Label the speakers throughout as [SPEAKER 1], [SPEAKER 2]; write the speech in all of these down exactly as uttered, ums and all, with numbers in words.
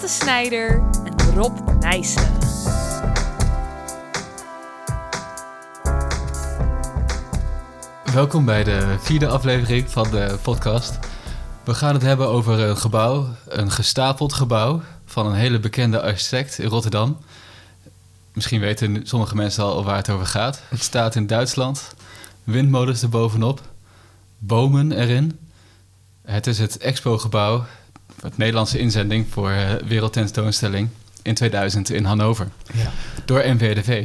[SPEAKER 1] Lotte Snijder en Rob Nijssen.
[SPEAKER 2] Welkom bij de vierde aflevering van de podcast. We gaan het hebben over een gebouw, een gestapeld gebouw van een hele bekende architect in Rotterdam. Misschien weten sommige mensen al waar het over gaat. Het staat in Duitsland, windmolens erbovenop, bomen erin. Het is het Expo-gebouw, het Nederlandse inzending voor Wereldtentoonstelling in tweeduizend in Hannover. Ja. Door N V D V.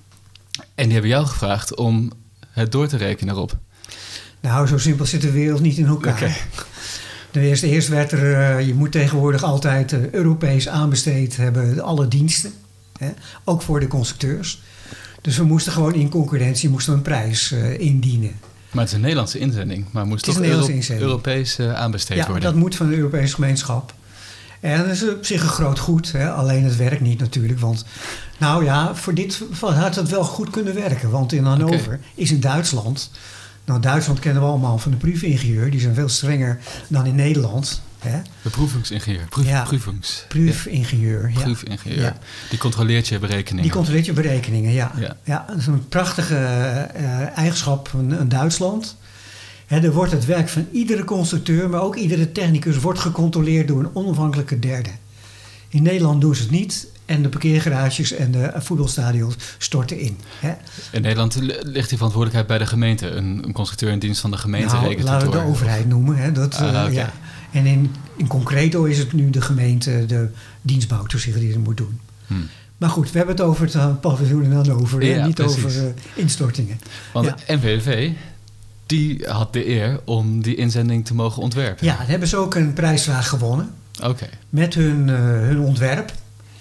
[SPEAKER 2] En die hebben jou gevraagd om het door te rekenen, Rob.
[SPEAKER 3] Nou, zo simpel zit de wereld niet in elkaar. Okay. De eerste, eerst werd er, uh, je moet tegenwoordig altijd uh, Europees aanbesteed hebben, alle diensten. Hè? Ook voor de constructeurs. Dus we moesten gewoon in concurrentie moesten we een prijs uh, indienen.
[SPEAKER 2] Maar het is een Nederlandse inzending, maar moest toch Euro- Europees uh, aanbesteed
[SPEAKER 3] ja,
[SPEAKER 2] worden?
[SPEAKER 3] Ja, dat moet van de Europese gemeenschap. En dat is op zich een groot goed. Hè? Alleen het werkt niet natuurlijk. Want nou ja, voor dit had het wel goed kunnen werken. Want in Hannover okay. is in Duitsland... Nou, Duitsland kennen we allemaal van de proefingenieur. Die zijn veel strenger dan in Nederland. Hè?
[SPEAKER 2] Beproevingsingenieur. Proef,
[SPEAKER 3] ja,
[SPEAKER 2] proefings.
[SPEAKER 3] Proefingenieur. Ja.
[SPEAKER 2] Proefingenieur.
[SPEAKER 3] Ja.
[SPEAKER 2] Die controleert je berekeningen.
[SPEAKER 3] Die controleert je berekeningen, ja.
[SPEAKER 2] ja.
[SPEAKER 3] ja dat is een prachtige uh, eigenschap van, van Duitsland. Hè, er wordt het werk van iedere constructeur, maar ook iedere technicus wordt gecontroleerd door een onafhankelijke derde. In Nederland doen ze het niet. En de parkeergarages en de voetbalstadions storten in. Hè?
[SPEAKER 2] In Nederland ligt die verantwoordelijkheid bij de gemeente. Een, een constructeur in dienst van de gemeente
[SPEAKER 3] nou,
[SPEAKER 2] rekent
[SPEAKER 3] laten
[SPEAKER 2] het
[SPEAKER 3] we
[SPEAKER 2] door.
[SPEAKER 3] de overheid noemen. Hè? Dat,
[SPEAKER 2] ah, okay.
[SPEAKER 3] uh, ja. En in, in concreto is het nu de gemeente, de dienstbouwtoezicht die het moet doen. Hmm. Maar goed, we hebben het over het paviljoen en dan over, ja, niet precies. over uh, instortingen.
[SPEAKER 2] Want
[SPEAKER 3] ja.
[SPEAKER 2] de N V D V, die had de eer om die inzending te mogen ontwerpen.
[SPEAKER 3] Ja, daar hebben ze ook een prijsvraag gewonnen.
[SPEAKER 2] Okay.
[SPEAKER 3] Met hun, uh, hun ontwerp.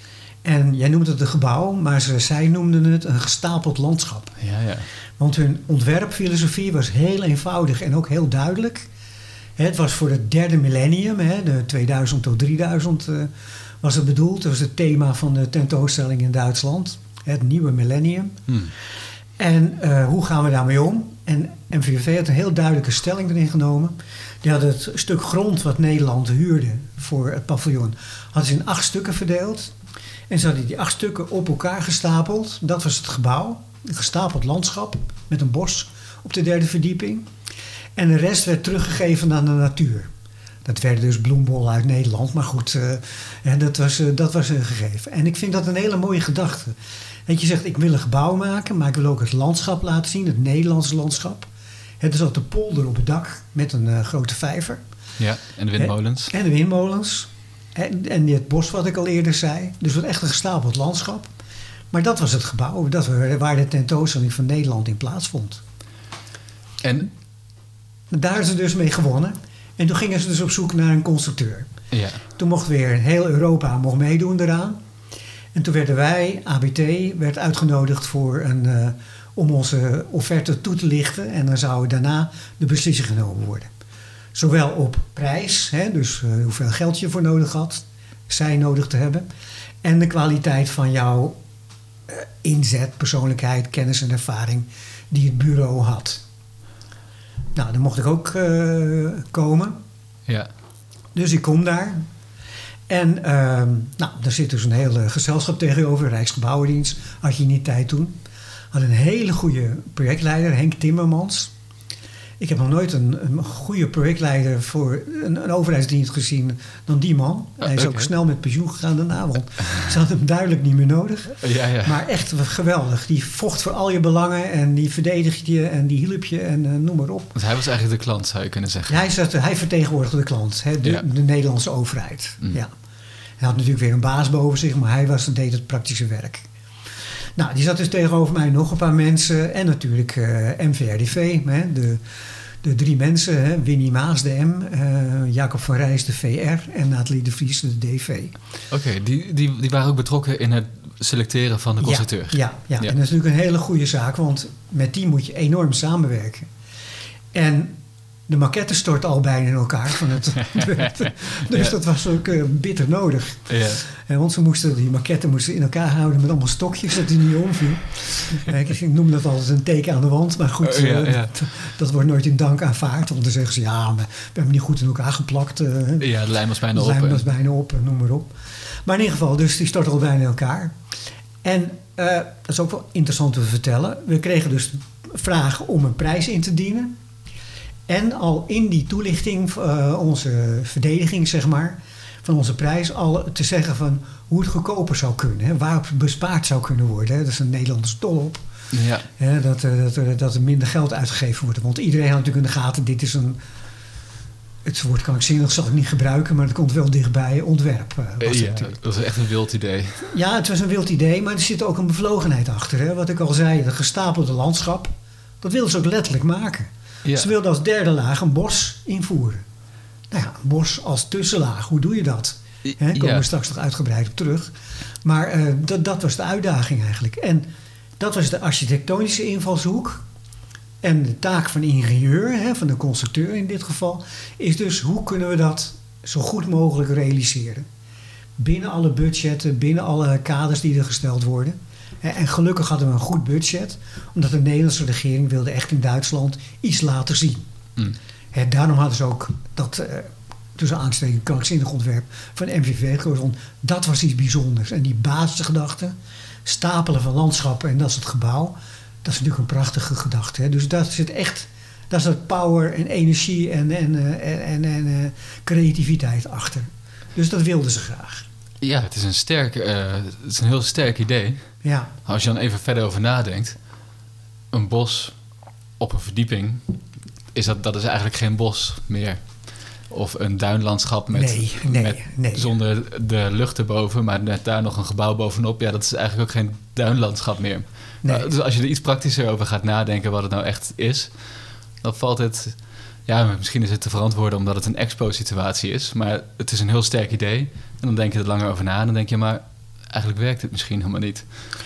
[SPEAKER 3] En jij noemt het een gebouw, maar ze, zij noemden het een gestapeld landschap.
[SPEAKER 2] Ja, ja.
[SPEAKER 3] Want hun ontwerpfilosofie was heel eenvoudig en ook heel duidelijk. Het was voor het derde millennium, hè, de tweeduizend tot drieduizend uh, was het bedoeld. Dat was het thema van de tentoonstelling in Duitsland. Het nieuwe millennium. Hmm. En uh, hoe gaan we daarmee om? En N V D V had een heel duidelijke stelling erin genomen. Die had het stuk grond wat Nederland huurde voor het paviljoen, hadden ze in acht stukken verdeeld. En ze hadden die acht stukken op elkaar gestapeld. Dat was het gebouw. Een gestapeld landschap met een bos op de derde verdieping. En de rest werd teruggegeven aan de natuur. Dat werden dus bloembollen uit Nederland. Maar goed, uh, ja, dat was, uh, dat was een gegeven. En ik vind dat een hele mooie gedachte. Dat je zegt, ik wil een gebouw maken, maar ik wil ook het landschap laten zien. Het Nederlandse landschap. Het is altijd de polder op het dak met een uh, grote vijver.
[SPEAKER 2] Ja, en de windmolens.
[SPEAKER 3] En de windmolens. En, en het bos wat ik al eerder zei. Dus wat echt een gestapeld landschap. Maar dat was het gebouw. Dat we, waar de tentoonstelling van Nederland in plaatsvond.
[SPEAKER 2] En?
[SPEAKER 3] Daar is ze dus mee gewonnen. En toen gingen ze dus op zoek naar een constructeur.
[SPEAKER 2] Ja.
[SPEAKER 3] Toen mocht weer heel Europa mocht meedoen eraan. En toen werden wij, A B T, werd uitgenodigd voor een, uh, om onze offerte toe te lichten. En dan zou daarna de beslissing genomen worden. Zowel op prijs, hè, dus uh, hoeveel geld je voor nodig had, zij nodig te hebben. En de kwaliteit van jouw uh, inzet, persoonlijkheid, kennis en ervaring die het bureau had. Nou, dan mocht ik ook uh, komen.
[SPEAKER 2] Ja.
[SPEAKER 3] Dus ik kom daar. En uh, nou, daar zit dus een hele gezelschap tegenover. Rijksgebouwendienst had je niet tijd toen. Had een hele goede projectleider, Henk Timmermans. Ik heb nog nooit een, een goede projectleider voor een, een overheidsdienst gezien dan die man. Ah, Hij is okay. ook snel met pensioen gegaan daarna, want ze hadden hem duidelijk niet meer nodig.
[SPEAKER 2] Ja, ja.
[SPEAKER 3] Maar echt geweldig. Die vocht voor al je belangen en die verdedigde je en die hielp je en uh, noem maar op.
[SPEAKER 2] Want hij was eigenlijk de klant, zou je kunnen zeggen.
[SPEAKER 3] Hij, zat, hij vertegenwoordigde de klant, hè, de, ja. de Nederlandse overheid. Mm. Ja. Hij had natuurlijk weer een baas boven zich, maar hij was, deed het praktische werk. Nou, die zat dus tegenover mij nog een paar mensen. En natuurlijk uh, M V R D V, hè, de, de drie mensen. Hè, Winnie Maas, de M, uh, Jacob van Rijs, de V R en Nathalie de Vries, de D V.
[SPEAKER 2] Oké, okay, die, die, die waren ook betrokken in het selecteren van de constructeur.
[SPEAKER 3] Ja, ja, ja. ja, en dat is natuurlijk een hele goede zaak, want met die moet je enorm samenwerken. En De maquette stort al bijna in elkaar van het werk. Dus ja. dat was ook uh, bitter nodig.
[SPEAKER 2] Ja.
[SPEAKER 3] En want ze moesten, die maquette moesten in elkaar houden met allemaal stokjes, dat die niet omviel. Ik noem dat altijd een teken aan de wand. Maar goed, uh, ja, ja. Dat, dat wordt nooit in dank aanvaard. Want dan zeggen ze, ja, maar we hebben niet goed in elkaar geplakt. Uh,
[SPEAKER 2] ja, de lijm was bijna
[SPEAKER 3] de
[SPEAKER 2] op.
[SPEAKER 3] De lijm was
[SPEAKER 2] hè?
[SPEAKER 3] bijna op, noem maar op. Maar in ieder geval, dus die stortte al bijna in elkaar. En uh, dat is ook wel interessant te vertellen. We kregen dus vragen om een prijs in te dienen. En al in die toelichting, uh, onze verdediging zeg maar, van onze prijs, al te zeggen van hoe het goedkoper zou kunnen. Hè, waarop het bespaard zou kunnen worden. Hè. Dat is een Nederlandse tol op.
[SPEAKER 2] Ja.
[SPEAKER 3] Hè, dat, uh, dat, uh, dat er minder geld uitgegeven wordt. Want iedereen had natuurlijk in de gaten, dit is een... Het woord krankzinnig zal ik niet gebruiken, maar het komt wel dichtbij ontwerp. Uh, was
[SPEAKER 2] ja, dat is echt een wild idee.
[SPEAKER 3] Ja, het was een wild idee, maar er zit ook een bevlogenheid achter. Hè. Wat ik al zei, het gestapelde landschap, dat wilden ze ook letterlijk maken. Ja. Ze wilden als derde laag een bos invoeren. Nou ja, een bos als tussenlaag, hoe doe je dat? Hè, daar komen ja. we straks nog uitgebreid op terug. Maar uh, dat, dat was de uitdaging eigenlijk. En dat was de architectonische invalshoek. En de taak van de ingenieur, hè, van de constructeur in dit geval, is dus hoe kunnen we dat zo goed mogelijk realiseren. Binnen alle budgetten, binnen alle kaders die er gesteld worden. En gelukkig hadden we een goed budget, omdat de Nederlandse regering wilde echt in Duitsland iets laten zien. Mm. He, daarom hadden ze ook dat uh, tussen aanstekend krankzinnig ontwerp van M V V gevonden. Dat was iets bijzonders. En die basisgedachte, stapelen van landschappen en dat is het gebouw, dat is natuurlijk een prachtige gedachte. Hè. Dus dat zit echt, daar zit power en energie en, en, uh, en, en, en uh, creativiteit achter. Dus dat wilden ze graag.
[SPEAKER 2] Ja, het is een sterk, uh, het is een heel sterk idee.
[SPEAKER 3] Ja.
[SPEAKER 2] Als je dan even verder over nadenkt, een bos op een verdieping, is dat, dat is eigenlijk geen bos meer. Of een duinlandschap met,
[SPEAKER 3] nee, nee,
[SPEAKER 2] met
[SPEAKER 3] nee.
[SPEAKER 2] zonder de lucht erboven, maar net daar nog een gebouw bovenop. Ja, dat is eigenlijk ook geen duinlandschap meer. Nee. Nou, dus als je er iets praktischer over gaat nadenken wat het nou echt is, dan valt het... Ja, misschien is het te verantwoorden omdat het een expo-situatie is, maar het is een heel sterk idee. En dan denk je er langer over na en dan denk je, maar eigenlijk werkt het misschien helemaal niet.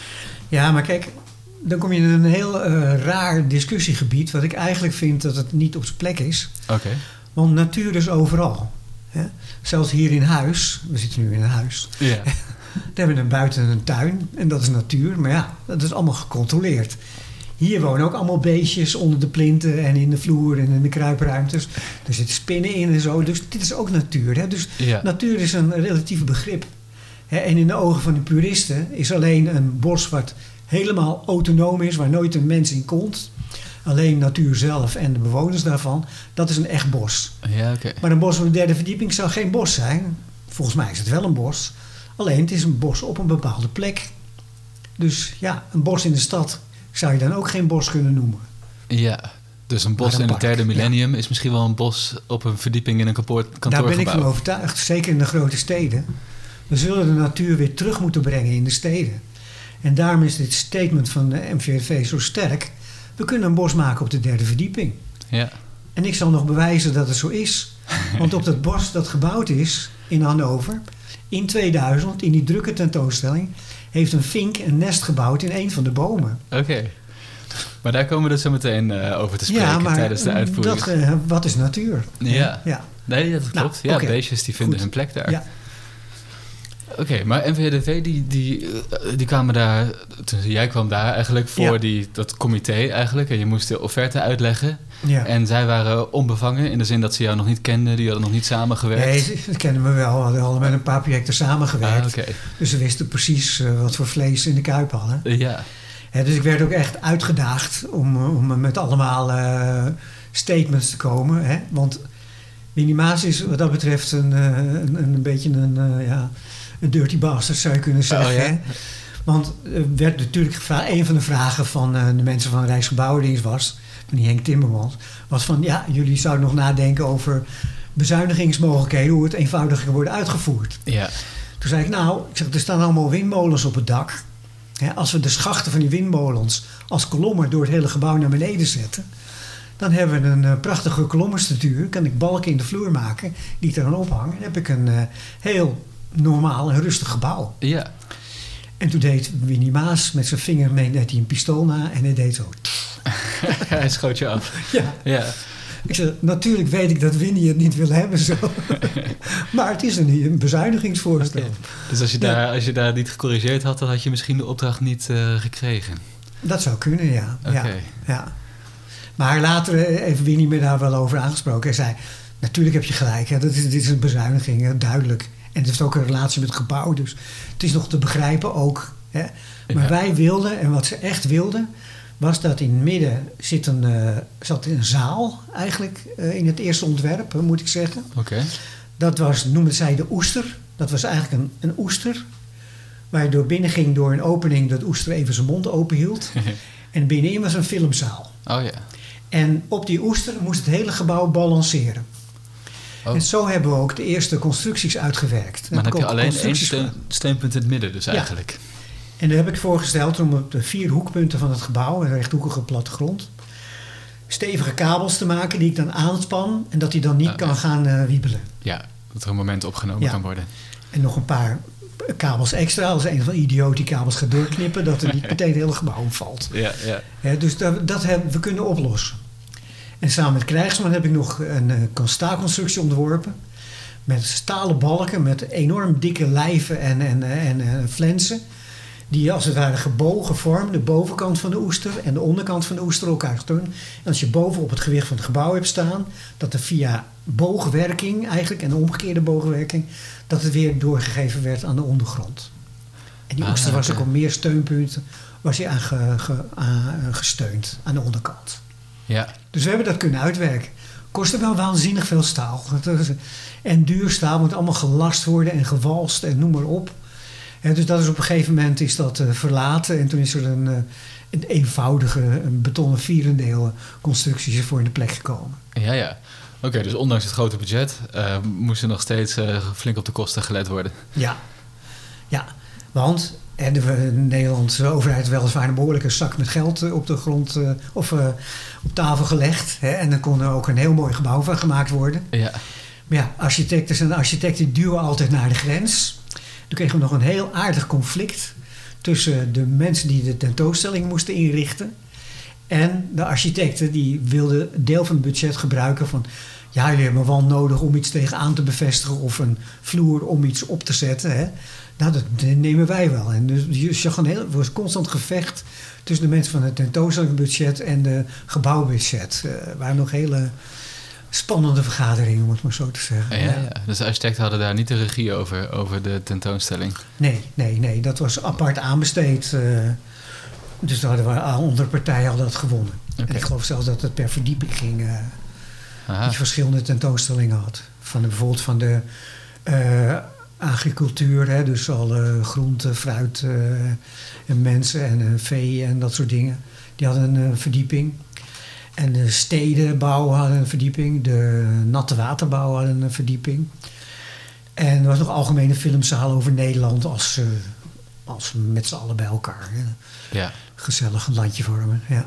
[SPEAKER 3] Ja, maar kijk, dan kom je in een heel uh, raar discussiegebied, wat ik eigenlijk vind dat het niet op zijn plek is.
[SPEAKER 2] Oké. Okay.
[SPEAKER 3] Want natuur is overal. Hè? Zelfs hier in huis, we zitten nu in een huis,
[SPEAKER 2] ja.
[SPEAKER 3] Daar hebben we een buiten een tuin en dat is natuur, maar ja, dat is allemaal gecontroleerd. Hier wonen ook allemaal beestjes onder de plinten en in de vloer en in de kruipruimtes. Er zitten spinnen in en zo. Dus dit is ook natuur. Hè? Dus ja. natuur is een relatief begrip. Hè? En in de ogen van de puristen is alleen een bos wat helemaal autonoom is, waar nooit een mens in komt. Alleen natuur zelf en de bewoners daarvan, dat is een echt bos.
[SPEAKER 2] Ja, okay.
[SPEAKER 3] Maar een bos op de derde verdieping zou geen bos zijn. Volgens mij is het wel een bos. Alleen het is een bos op een bepaalde plek. Dus ja, een bos in de stad zou je dan ook geen bos kunnen noemen.
[SPEAKER 2] Ja, dus een bos een in het derde millennium ja. is misschien wel een bos op een verdieping in een kantoorgebouw.
[SPEAKER 3] Daar ben ik van overtuigd, zeker in de grote steden. We zullen de natuur weer terug moeten brengen in de steden. En daarom is dit statement van de M V V zo sterk. We kunnen een bos maken op de derde verdieping.
[SPEAKER 2] Ja.
[SPEAKER 3] En ik zal nog bewijzen dat het zo is. Want op dat bos dat gebouwd is in Hannover, in tweeduizend, in die drukke tentoonstelling, heeft een vink een nest gebouwd in een van de bomen.
[SPEAKER 2] Oké. Okay. Maar daar komen we dus zo meteen uh, over te spreken
[SPEAKER 3] ja, maar
[SPEAKER 2] tijdens de uitvoering.
[SPEAKER 3] Dat, uh, wat is natuur?
[SPEAKER 2] Ja.
[SPEAKER 3] ja.
[SPEAKER 2] Nee, dat klopt. Nou, ja, okay. Beestjes die vinden Goed. hun plek daar.
[SPEAKER 3] Ja.
[SPEAKER 2] Oké, okay, maar N V D V die, die, die kwamen daar... Jij kwam daar eigenlijk voor ja. die, dat comité eigenlijk. En je moest de offerte uitleggen. Ja. En zij waren onbevangen in de zin dat ze jou nog niet kenden. Die hadden nog niet samengewerkt.
[SPEAKER 3] Nee, dat kennen we wel. We hadden al met een paar projecten samengewerkt.
[SPEAKER 2] Ah, okay.
[SPEAKER 3] Dus ze wisten precies uh, wat voor vlees in de kuip hadden.
[SPEAKER 2] Ja.
[SPEAKER 3] Ja, dus ik werd ook echt uitgedaagd om, om met allemaal uh, statements te komen. Hè? Want Winnie Maas is wat dat betreft een, een, een, een beetje een... Uh, ja, een dirty bastard zou je kunnen zeggen.
[SPEAKER 2] Oh, ja?
[SPEAKER 3] Hè? Want er werd natuurlijk gevraagd, een van de vragen van uh, de mensen van Rijksgebouwendienst was, van die Henk Timmermans, was van ja, jullie zouden nog nadenken over bezuinigingsmogelijkheden, hoe het eenvoudiger wordt uitgevoerd.
[SPEAKER 2] Ja.
[SPEAKER 3] Toen zei ik nou, ik zeg, er staan allemaal windmolens op het dak. Hè, als we de schachten van die windmolens als kolommen door het hele gebouw naar beneden zetten, dan hebben we een uh, prachtige kolommenstructuur. Kan ik balken in de vloer maken die ik er dan ophangen. Dan heb ik een uh, heel normaal en rustig gebouw.
[SPEAKER 2] Ja.
[SPEAKER 3] En toen deed Winnie Maas met zijn vinger, net hij een pistool na en hij deed zo.
[SPEAKER 2] Hij schoot je af.
[SPEAKER 3] Ja.
[SPEAKER 2] ja.
[SPEAKER 3] Ik zeg, natuurlijk weet ik dat Winnie het niet wil hebben zo. Maar het is een, een bezuinigingsvoorstel.
[SPEAKER 2] Okay. Dus als je,
[SPEAKER 3] ja.
[SPEAKER 2] daar, als je daar niet gecorrigeerd had, dan had je misschien de opdracht niet uh, gekregen.
[SPEAKER 3] Dat zou kunnen, ja.
[SPEAKER 2] Okay.
[SPEAKER 3] ja. ja. Maar later heeft Winnie me daar wel over aangesproken. Hij zei, natuurlijk heb je gelijk. Hè. Dat is, dit is een bezuiniging, hè, duidelijk. En het heeft ook een relatie met het gebouw. Dus het is nog te begrijpen ook. Hè. Maar ja. wij wilden, en wat ze echt wilden, was dat in het midden zit een, uh, zat een zaal eigenlijk uh, in het eerste ontwerp, moet ik zeggen.
[SPEAKER 2] Okay.
[SPEAKER 3] Dat was, noemden zij de oester. Dat was eigenlijk een, een oester. Waar je door binnen ging door een opening dat oester even zijn mond open hield. En binnenin was een filmzaal.
[SPEAKER 2] Oh ja.
[SPEAKER 3] En op die oester moest het hele gebouw balanceren. Oh. En zo hebben we ook de eerste constructies uitgewerkt.
[SPEAKER 2] Maar dan heb je alleen één steun, steunpunt in het midden dus eigenlijk.
[SPEAKER 3] Ja. En daar heb ik voorgesteld om op de vier hoekpunten van het gebouw, een rechthoekige plattegrond, stevige kabels te maken die ik dan aanspan en dat die dan niet oh, kan ja. gaan uh, wiebelen.
[SPEAKER 2] Ja, dat er een moment opgenomen
[SPEAKER 3] ja.
[SPEAKER 2] kan worden.
[SPEAKER 3] En nog een paar kabels extra, als een van de idioot die kabels gaat doorknippen, dat er niet meteen het hele gebouw omvalt.
[SPEAKER 2] Ja, ja.
[SPEAKER 3] Ja, dus dat, dat hebben we kunnen oplossen. En samen met Krijgsman heb ik nog een uh, staalconstructie ontworpen. Met stalen balken, met enorm dikke lijven en, en, en, en flensen. Die als het ware gebogen vormen, de bovenkant van de oester en de onderkant van de oester elkaar steunen. En als je bovenop het gewicht van het gebouw hebt staan, dat er via boogwerking eigenlijk, en de omgekeerde boogwerking, dat het weer doorgegeven werd aan de ondergrond. En die ah, oester was okay. ook op meer steunpunten, was hij aan, ge, ge, aan gesteund aan de onderkant.
[SPEAKER 2] Ja.
[SPEAKER 3] Dus we hebben dat kunnen uitwerken. Kostte wel waanzinnig veel staal. En duur staal moet allemaal gelast worden en gewalst en noem maar op. En dus dat is op een gegeven moment is dat uh, verlaten. En toen is er een, uh, een eenvoudige een betonnen vierendeel constructie voor in de plek gekomen.
[SPEAKER 2] Ja, ja. Oké, okay, dus ondanks het grote budget uh, moest er nog steeds uh, flink op de kosten gelet worden.
[SPEAKER 3] Ja, ja. Want en de, de Nederlandse overheid heeft weliswaar een behoorlijke zak met geld op de grond uh, of uh, op tafel gelegd. Hè, en dan kon er ook een heel mooi gebouw van gemaakt worden.
[SPEAKER 2] Ja.
[SPEAKER 3] Maar ja, architecten zijn architecten duwen altijd naar de grens. Toen kregen we nog een heel aardig conflict tussen de mensen die de tentoonstelling moesten inrichten en de architecten die wilden een deel van het budget gebruiken van ja, jullie hebben een wand nodig om iets tegenaan te bevestigen of een vloer om iets op te zetten. Hè. Nou, dat nemen wij wel. En dus je zag een heel, was constant gevecht tussen de mensen van het tentoonstellingbudget en de gebouwbudget. Er uh, waren nog hele spannende vergaderingen, om het maar zo te zeggen.
[SPEAKER 2] Ja, ja, ja. Dus de architecten hadden daar niet de regie over, over de tentoonstelling?
[SPEAKER 3] Nee, nee, nee. Dat was apart aanbesteed. Uh, dus daar hadden we andere partijen hadden dat gewonnen. Okay. En ik geloof zelfs dat het per verdieping ging. Uh, dat je verschillende tentoonstellingen had. Van de, bijvoorbeeld van de uh, agricultuur, hè, dus alle groenten, fruit uh, en mensen en uh, vee en dat soort dingen. Die hadden een uh, verdieping. En de stedenbouw hadden een verdieping. De natte waterbouw hadden een verdieping. En er was nog algemene filmzaal over Nederland als, uh, als met z'n allen bij elkaar. Hè.
[SPEAKER 2] Ja.
[SPEAKER 3] Gezellig een landje vormen, ja.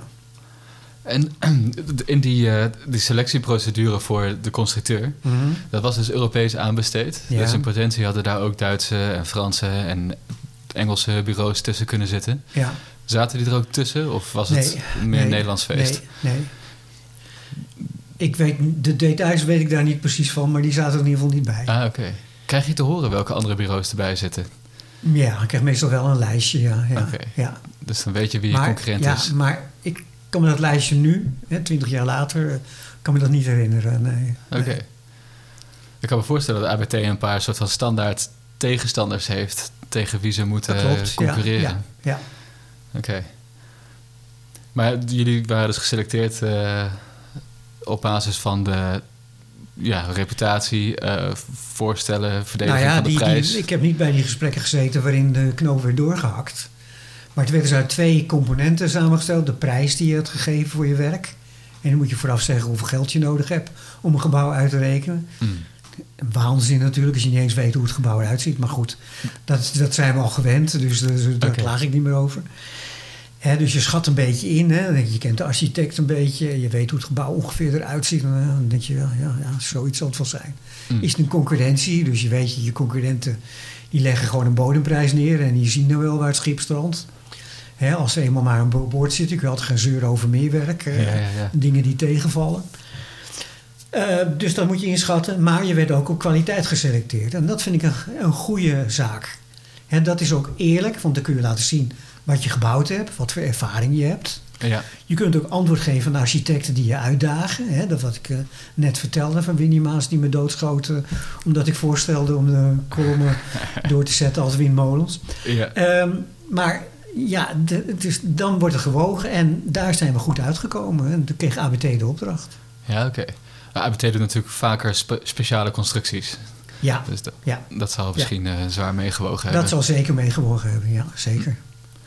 [SPEAKER 2] En in die, uh, die selectieprocedure voor de constructeur, mm-hmm. dat was dus Europees aanbesteed. Ja. Dus in potentie hadden daar ook Duitse en Franse en Engelse bureaus tussen kunnen zitten. Ja. Zaten die er ook tussen of was het nee, meer nee, een Nederlands feest?
[SPEAKER 3] Nee, nee. Ik weet, de details weet ik daar niet precies van, maar die zaten er in ieder geval niet bij.
[SPEAKER 2] Ah, oké. Okay. Krijg je te horen welke andere bureaus erbij zitten?
[SPEAKER 3] Ja, ik krijg meestal wel een lijstje, ja. ja,
[SPEAKER 2] okay.
[SPEAKER 3] ja.
[SPEAKER 2] Dus dan weet je wie je
[SPEAKER 3] maar,
[SPEAKER 2] concurrent
[SPEAKER 3] ja,
[SPEAKER 2] is.
[SPEAKER 3] Maar ik kan me dat lijstje nu, hè, twintig jaar later, kan me dat niet herinneren. Nee,
[SPEAKER 2] oké. Okay.
[SPEAKER 3] Nee.
[SPEAKER 2] Ik kan me voorstellen dat A B T een paar soort van standaard tegenstanders heeft tegen wie ze moeten
[SPEAKER 3] klopt,
[SPEAKER 2] concurreren.
[SPEAKER 3] Ja, ja, ja.
[SPEAKER 2] Oké. Okay. Maar jullie waren dus geselecteerd uh, op basis van de ja, reputatie, uh, voorstellen, verdediging
[SPEAKER 3] nou ja,
[SPEAKER 2] van de
[SPEAKER 3] die,
[SPEAKER 2] prijs.
[SPEAKER 3] Die, ik heb niet bij die gesprekken gezeten waarin de knoop werd doorgehakt. Maar het werd dus uit twee componenten samengesteld. De prijs die je had gegeven voor je werk. En dan moet je vooraf zeggen hoeveel geld je nodig hebt om een gebouw uit te rekenen. Mm. Waanzin natuurlijk, als je niet eens weet hoe het gebouw eruit ziet. Maar goed, dat, dat zijn we al gewend, dus, dus daar okay. klaag ik niet meer over. He, dus je schat een beetje in, hè. Je kent de architect een beetje, je weet hoe het gebouw ongeveer eruit ziet. En dan denk je, ja, ja, ja zoiets zal het wel zijn. Mm. Is het een concurrentie, dus je weet, je concurrenten die leggen gewoon een bodemprijs neer en die zien nou wel waar het schip strandt. He, als ze eenmaal maar aan boord zitten, kun je altijd gaan zeuren over meerwerk, ja, ja, ja. dingen die tegenvallen. Uh, dus dat moet je inschatten. Maar je werd ook op kwaliteit geselecteerd. En dat vind ik een, een goede zaak. En dat is ook eerlijk, want dan kun je laten zien wat je gebouwd hebt, wat voor ervaring je hebt.
[SPEAKER 2] Ja.
[SPEAKER 3] Je kunt ook antwoord geven aan architecten die je uitdagen. Hè, dat wat ik uh, net vertelde van Winnie Maas die me doodschoot. Uh, omdat ik voorstelde om de kolommen door te zetten als windmolens.
[SPEAKER 2] Ja.
[SPEAKER 3] Um, maar ja, de, het is, dan wordt er gewogen en daar zijn we goed uitgekomen. En toen kreeg A B T de opdracht.
[SPEAKER 2] Ja, oké. Okay. A B T doet natuurlijk vaker spe- speciale constructies.
[SPEAKER 3] Ja.
[SPEAKER 2] Dus dat,
[SPEAKER 3] ja.
[SPEAKER 2] dat zal misschien ja. uh, zwaar meegewogen hebben.
[SPEAKER 3] Dat zal zeker meegewogen hebben, ja, zeker.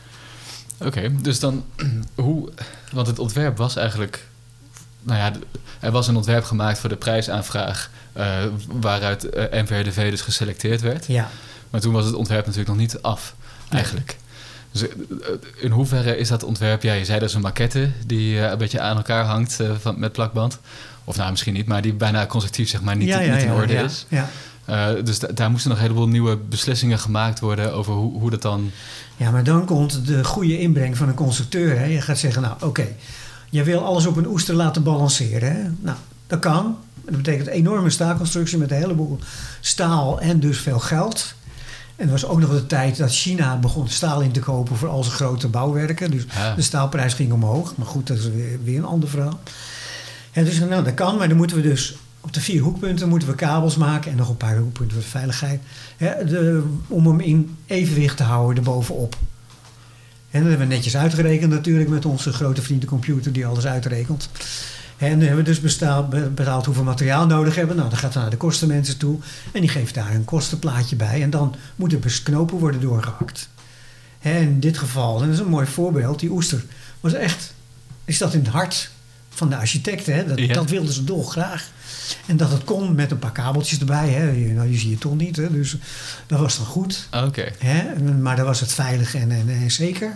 [SPEAKER 2] Oké, okay, dus dan hoe... Want het ontwerp was eigenlijk... Nou ja, er was een ontwerp gemaakt voor de prijsaanvraag... Uh, waaruit uh, M V R D V dus geselecteerd werd.
[SPEAKER 3] Ja.
[SPEAKER 2] Maar toen was het ontwerp natuurlijk nog niet af, eigenlijk. Nee. Dus uh, in hoeverre is dat ontwerp... Ja, je zei dat is een maquette die uh, een beetje aan elkaar hangt uh, van, met plakband. Of nou, misschien niet, maar die bijna constructief zeg maar niet,
[SPEAKER 3] ja, ja,
[SPEAKER 2] niet in
[SPEAKER 3] ja,
[SPEAKER 2] orde
[SPEAKER 3] ja,
[SPEAKER 2] is.
[SPEAKER 3] Ja.
[SPEAKER 2] Uh, dus da- daar moesten nog een heleboel nieuwe beslissingen gemaakt worden... over hoe, hoe dat dan...
[SPEAKER 3] Ja, maar dan komt de goede inbreng van een constructeur. Hè. Je gaat zeggen, nou oké, okay, je wil alles op een oester laten balanceren. Hè. Nou, dat kan. Dat betekent een enorme staalconstructie met een heleboel staal en dus veel geld. En er was ook nog de tijd dat China begon staal in te kopen voor al zijn grote bouwwerken. Dus
[SPEAKER 2] ja.
[SPEAKER 3] de staalprijs ging omhoog. Maar goed, dat is weer, weer een ander verhaal. En dus nou, dat kan, maar dan moeten we dus... Op de vier hoekpunten moeten we kabels maken... en nog een paar hoekpunten voor de veiligheid... Hè, de, om hem in evenwicht te houden erbovenop. En dat hebben we netjes uitgerekend natuurlijk... met onze grote vriend de computer die alles uitrekent. En dan hebben we dus bestaald, betaald hoeveel materiaal nodig hebben. Nou, dan gaat het naar de kostenmensen toe... en die geeft daar een kostenplaatje bij... en dan moeten er knopen worden doorgehakt. En in dit geval, en dat is een mooi voorbeeld... die oester was echt... is dat in het hart... van de architecten, hè? Dat, ja. dat wilden ze dolgraag. En dat het kon met een paar kabeltjes erbij. Hè? Nou, die zie je toch niet. Hè? Dus dat was dan goed.
[SPEAKER 2] Okay.
[SPEAKER 3] Hè? Maar dan was het veilig en, en, en zeker.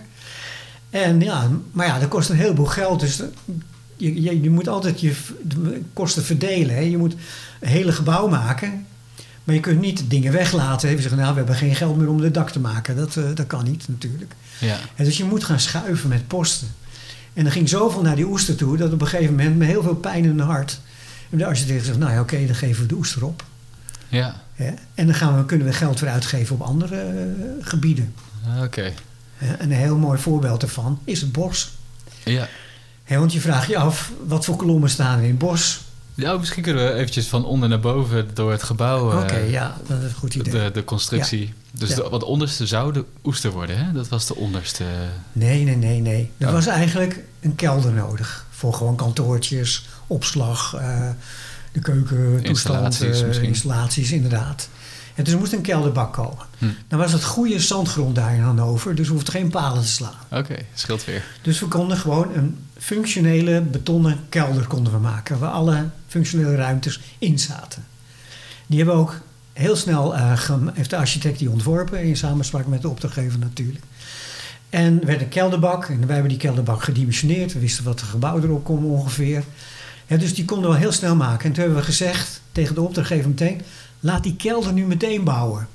[SPEAKER 3] En ja, maar ja, dat kost een heleboel geld. Dus je, je, je moet altijd je kosten verdelen. Hè? Je moet een hele gebouw maken. Maar je kunt niet dingen weglaten. We zeggen, nou, we hebben geen geld meer om het dak te maken. Dat, uh, dat kan niet natuurlijk.
[SPEAKER 2] Ja.
[SPEAKER 3] En dus je moet gaan schuiven met posten. En er ging zoveel naar die oester toe... dat op een gegeven moment met heel veel pijn in het hart... en de architect zegt, nou ja, oké, okay, dan geven we de oester op.
[SPEAKER 2] Ja.
[SPEAKER 3] Ja, en dan gaan we, kunnen we geld weer uitgeven op andere uh, gebieden.
[SPEAKER 2] Oké. Okay.
[SPEAKER 3] Ja, en een heel mooi voorbeeld daarvan is het bos.
[SPEAKER 2] Ja.
[SPEAKER 3] Ja, want je vraagt je af, wat voor kolommen staan er in het bos?
[SPEAKER 2] Ja, misschien kunnen we eventjes van onder naar boven door het gebouw... Oké,
[SPEAKER 3] okay, uh, ja, dat is een goed idee.
[SPEAKER 2] De, de constructie. Ja. Dus ja. de, wat onderste zou de oester worden, hè? Dat was de onderste...
[SPEAKER 3] Nee, nee, nee, nee. Er
[SPEAKER 2] oh.
[SPEAKER 3] was eigenlijk een kelder nodig. Voor gewoon kantoortjes, opslag, uh, de keuken, toestand, uh, installaties, inderdaad. En dus er moest een kelderbak komen. Hm. Dan was het goede zandgrond daar in Hannover, dus we hoefden geen palen te slaan.
[SPEAKER 2] Oké, okay, scheelt weer.
[SPEAKER 3] Dus we konden gewoon een functionele betonnen kelder konden we maken, waar alle functionele ruimtes in zaten. Die hebben we ook heel snel, uh, ge- heeft de architect die ontworpen, in samenspraak met de opdrachtgever natuurlijk. En er werd een kelderbak, en wij hebben die kelderbak gedimensioneerd. We wisten wat de gebouw erop kon ongeveer. Ja, dus die konden we heel snel maken. En toen hebben we gezegd tegen de opdrachtgever meteen... laat die kelder nu meteen bouwen.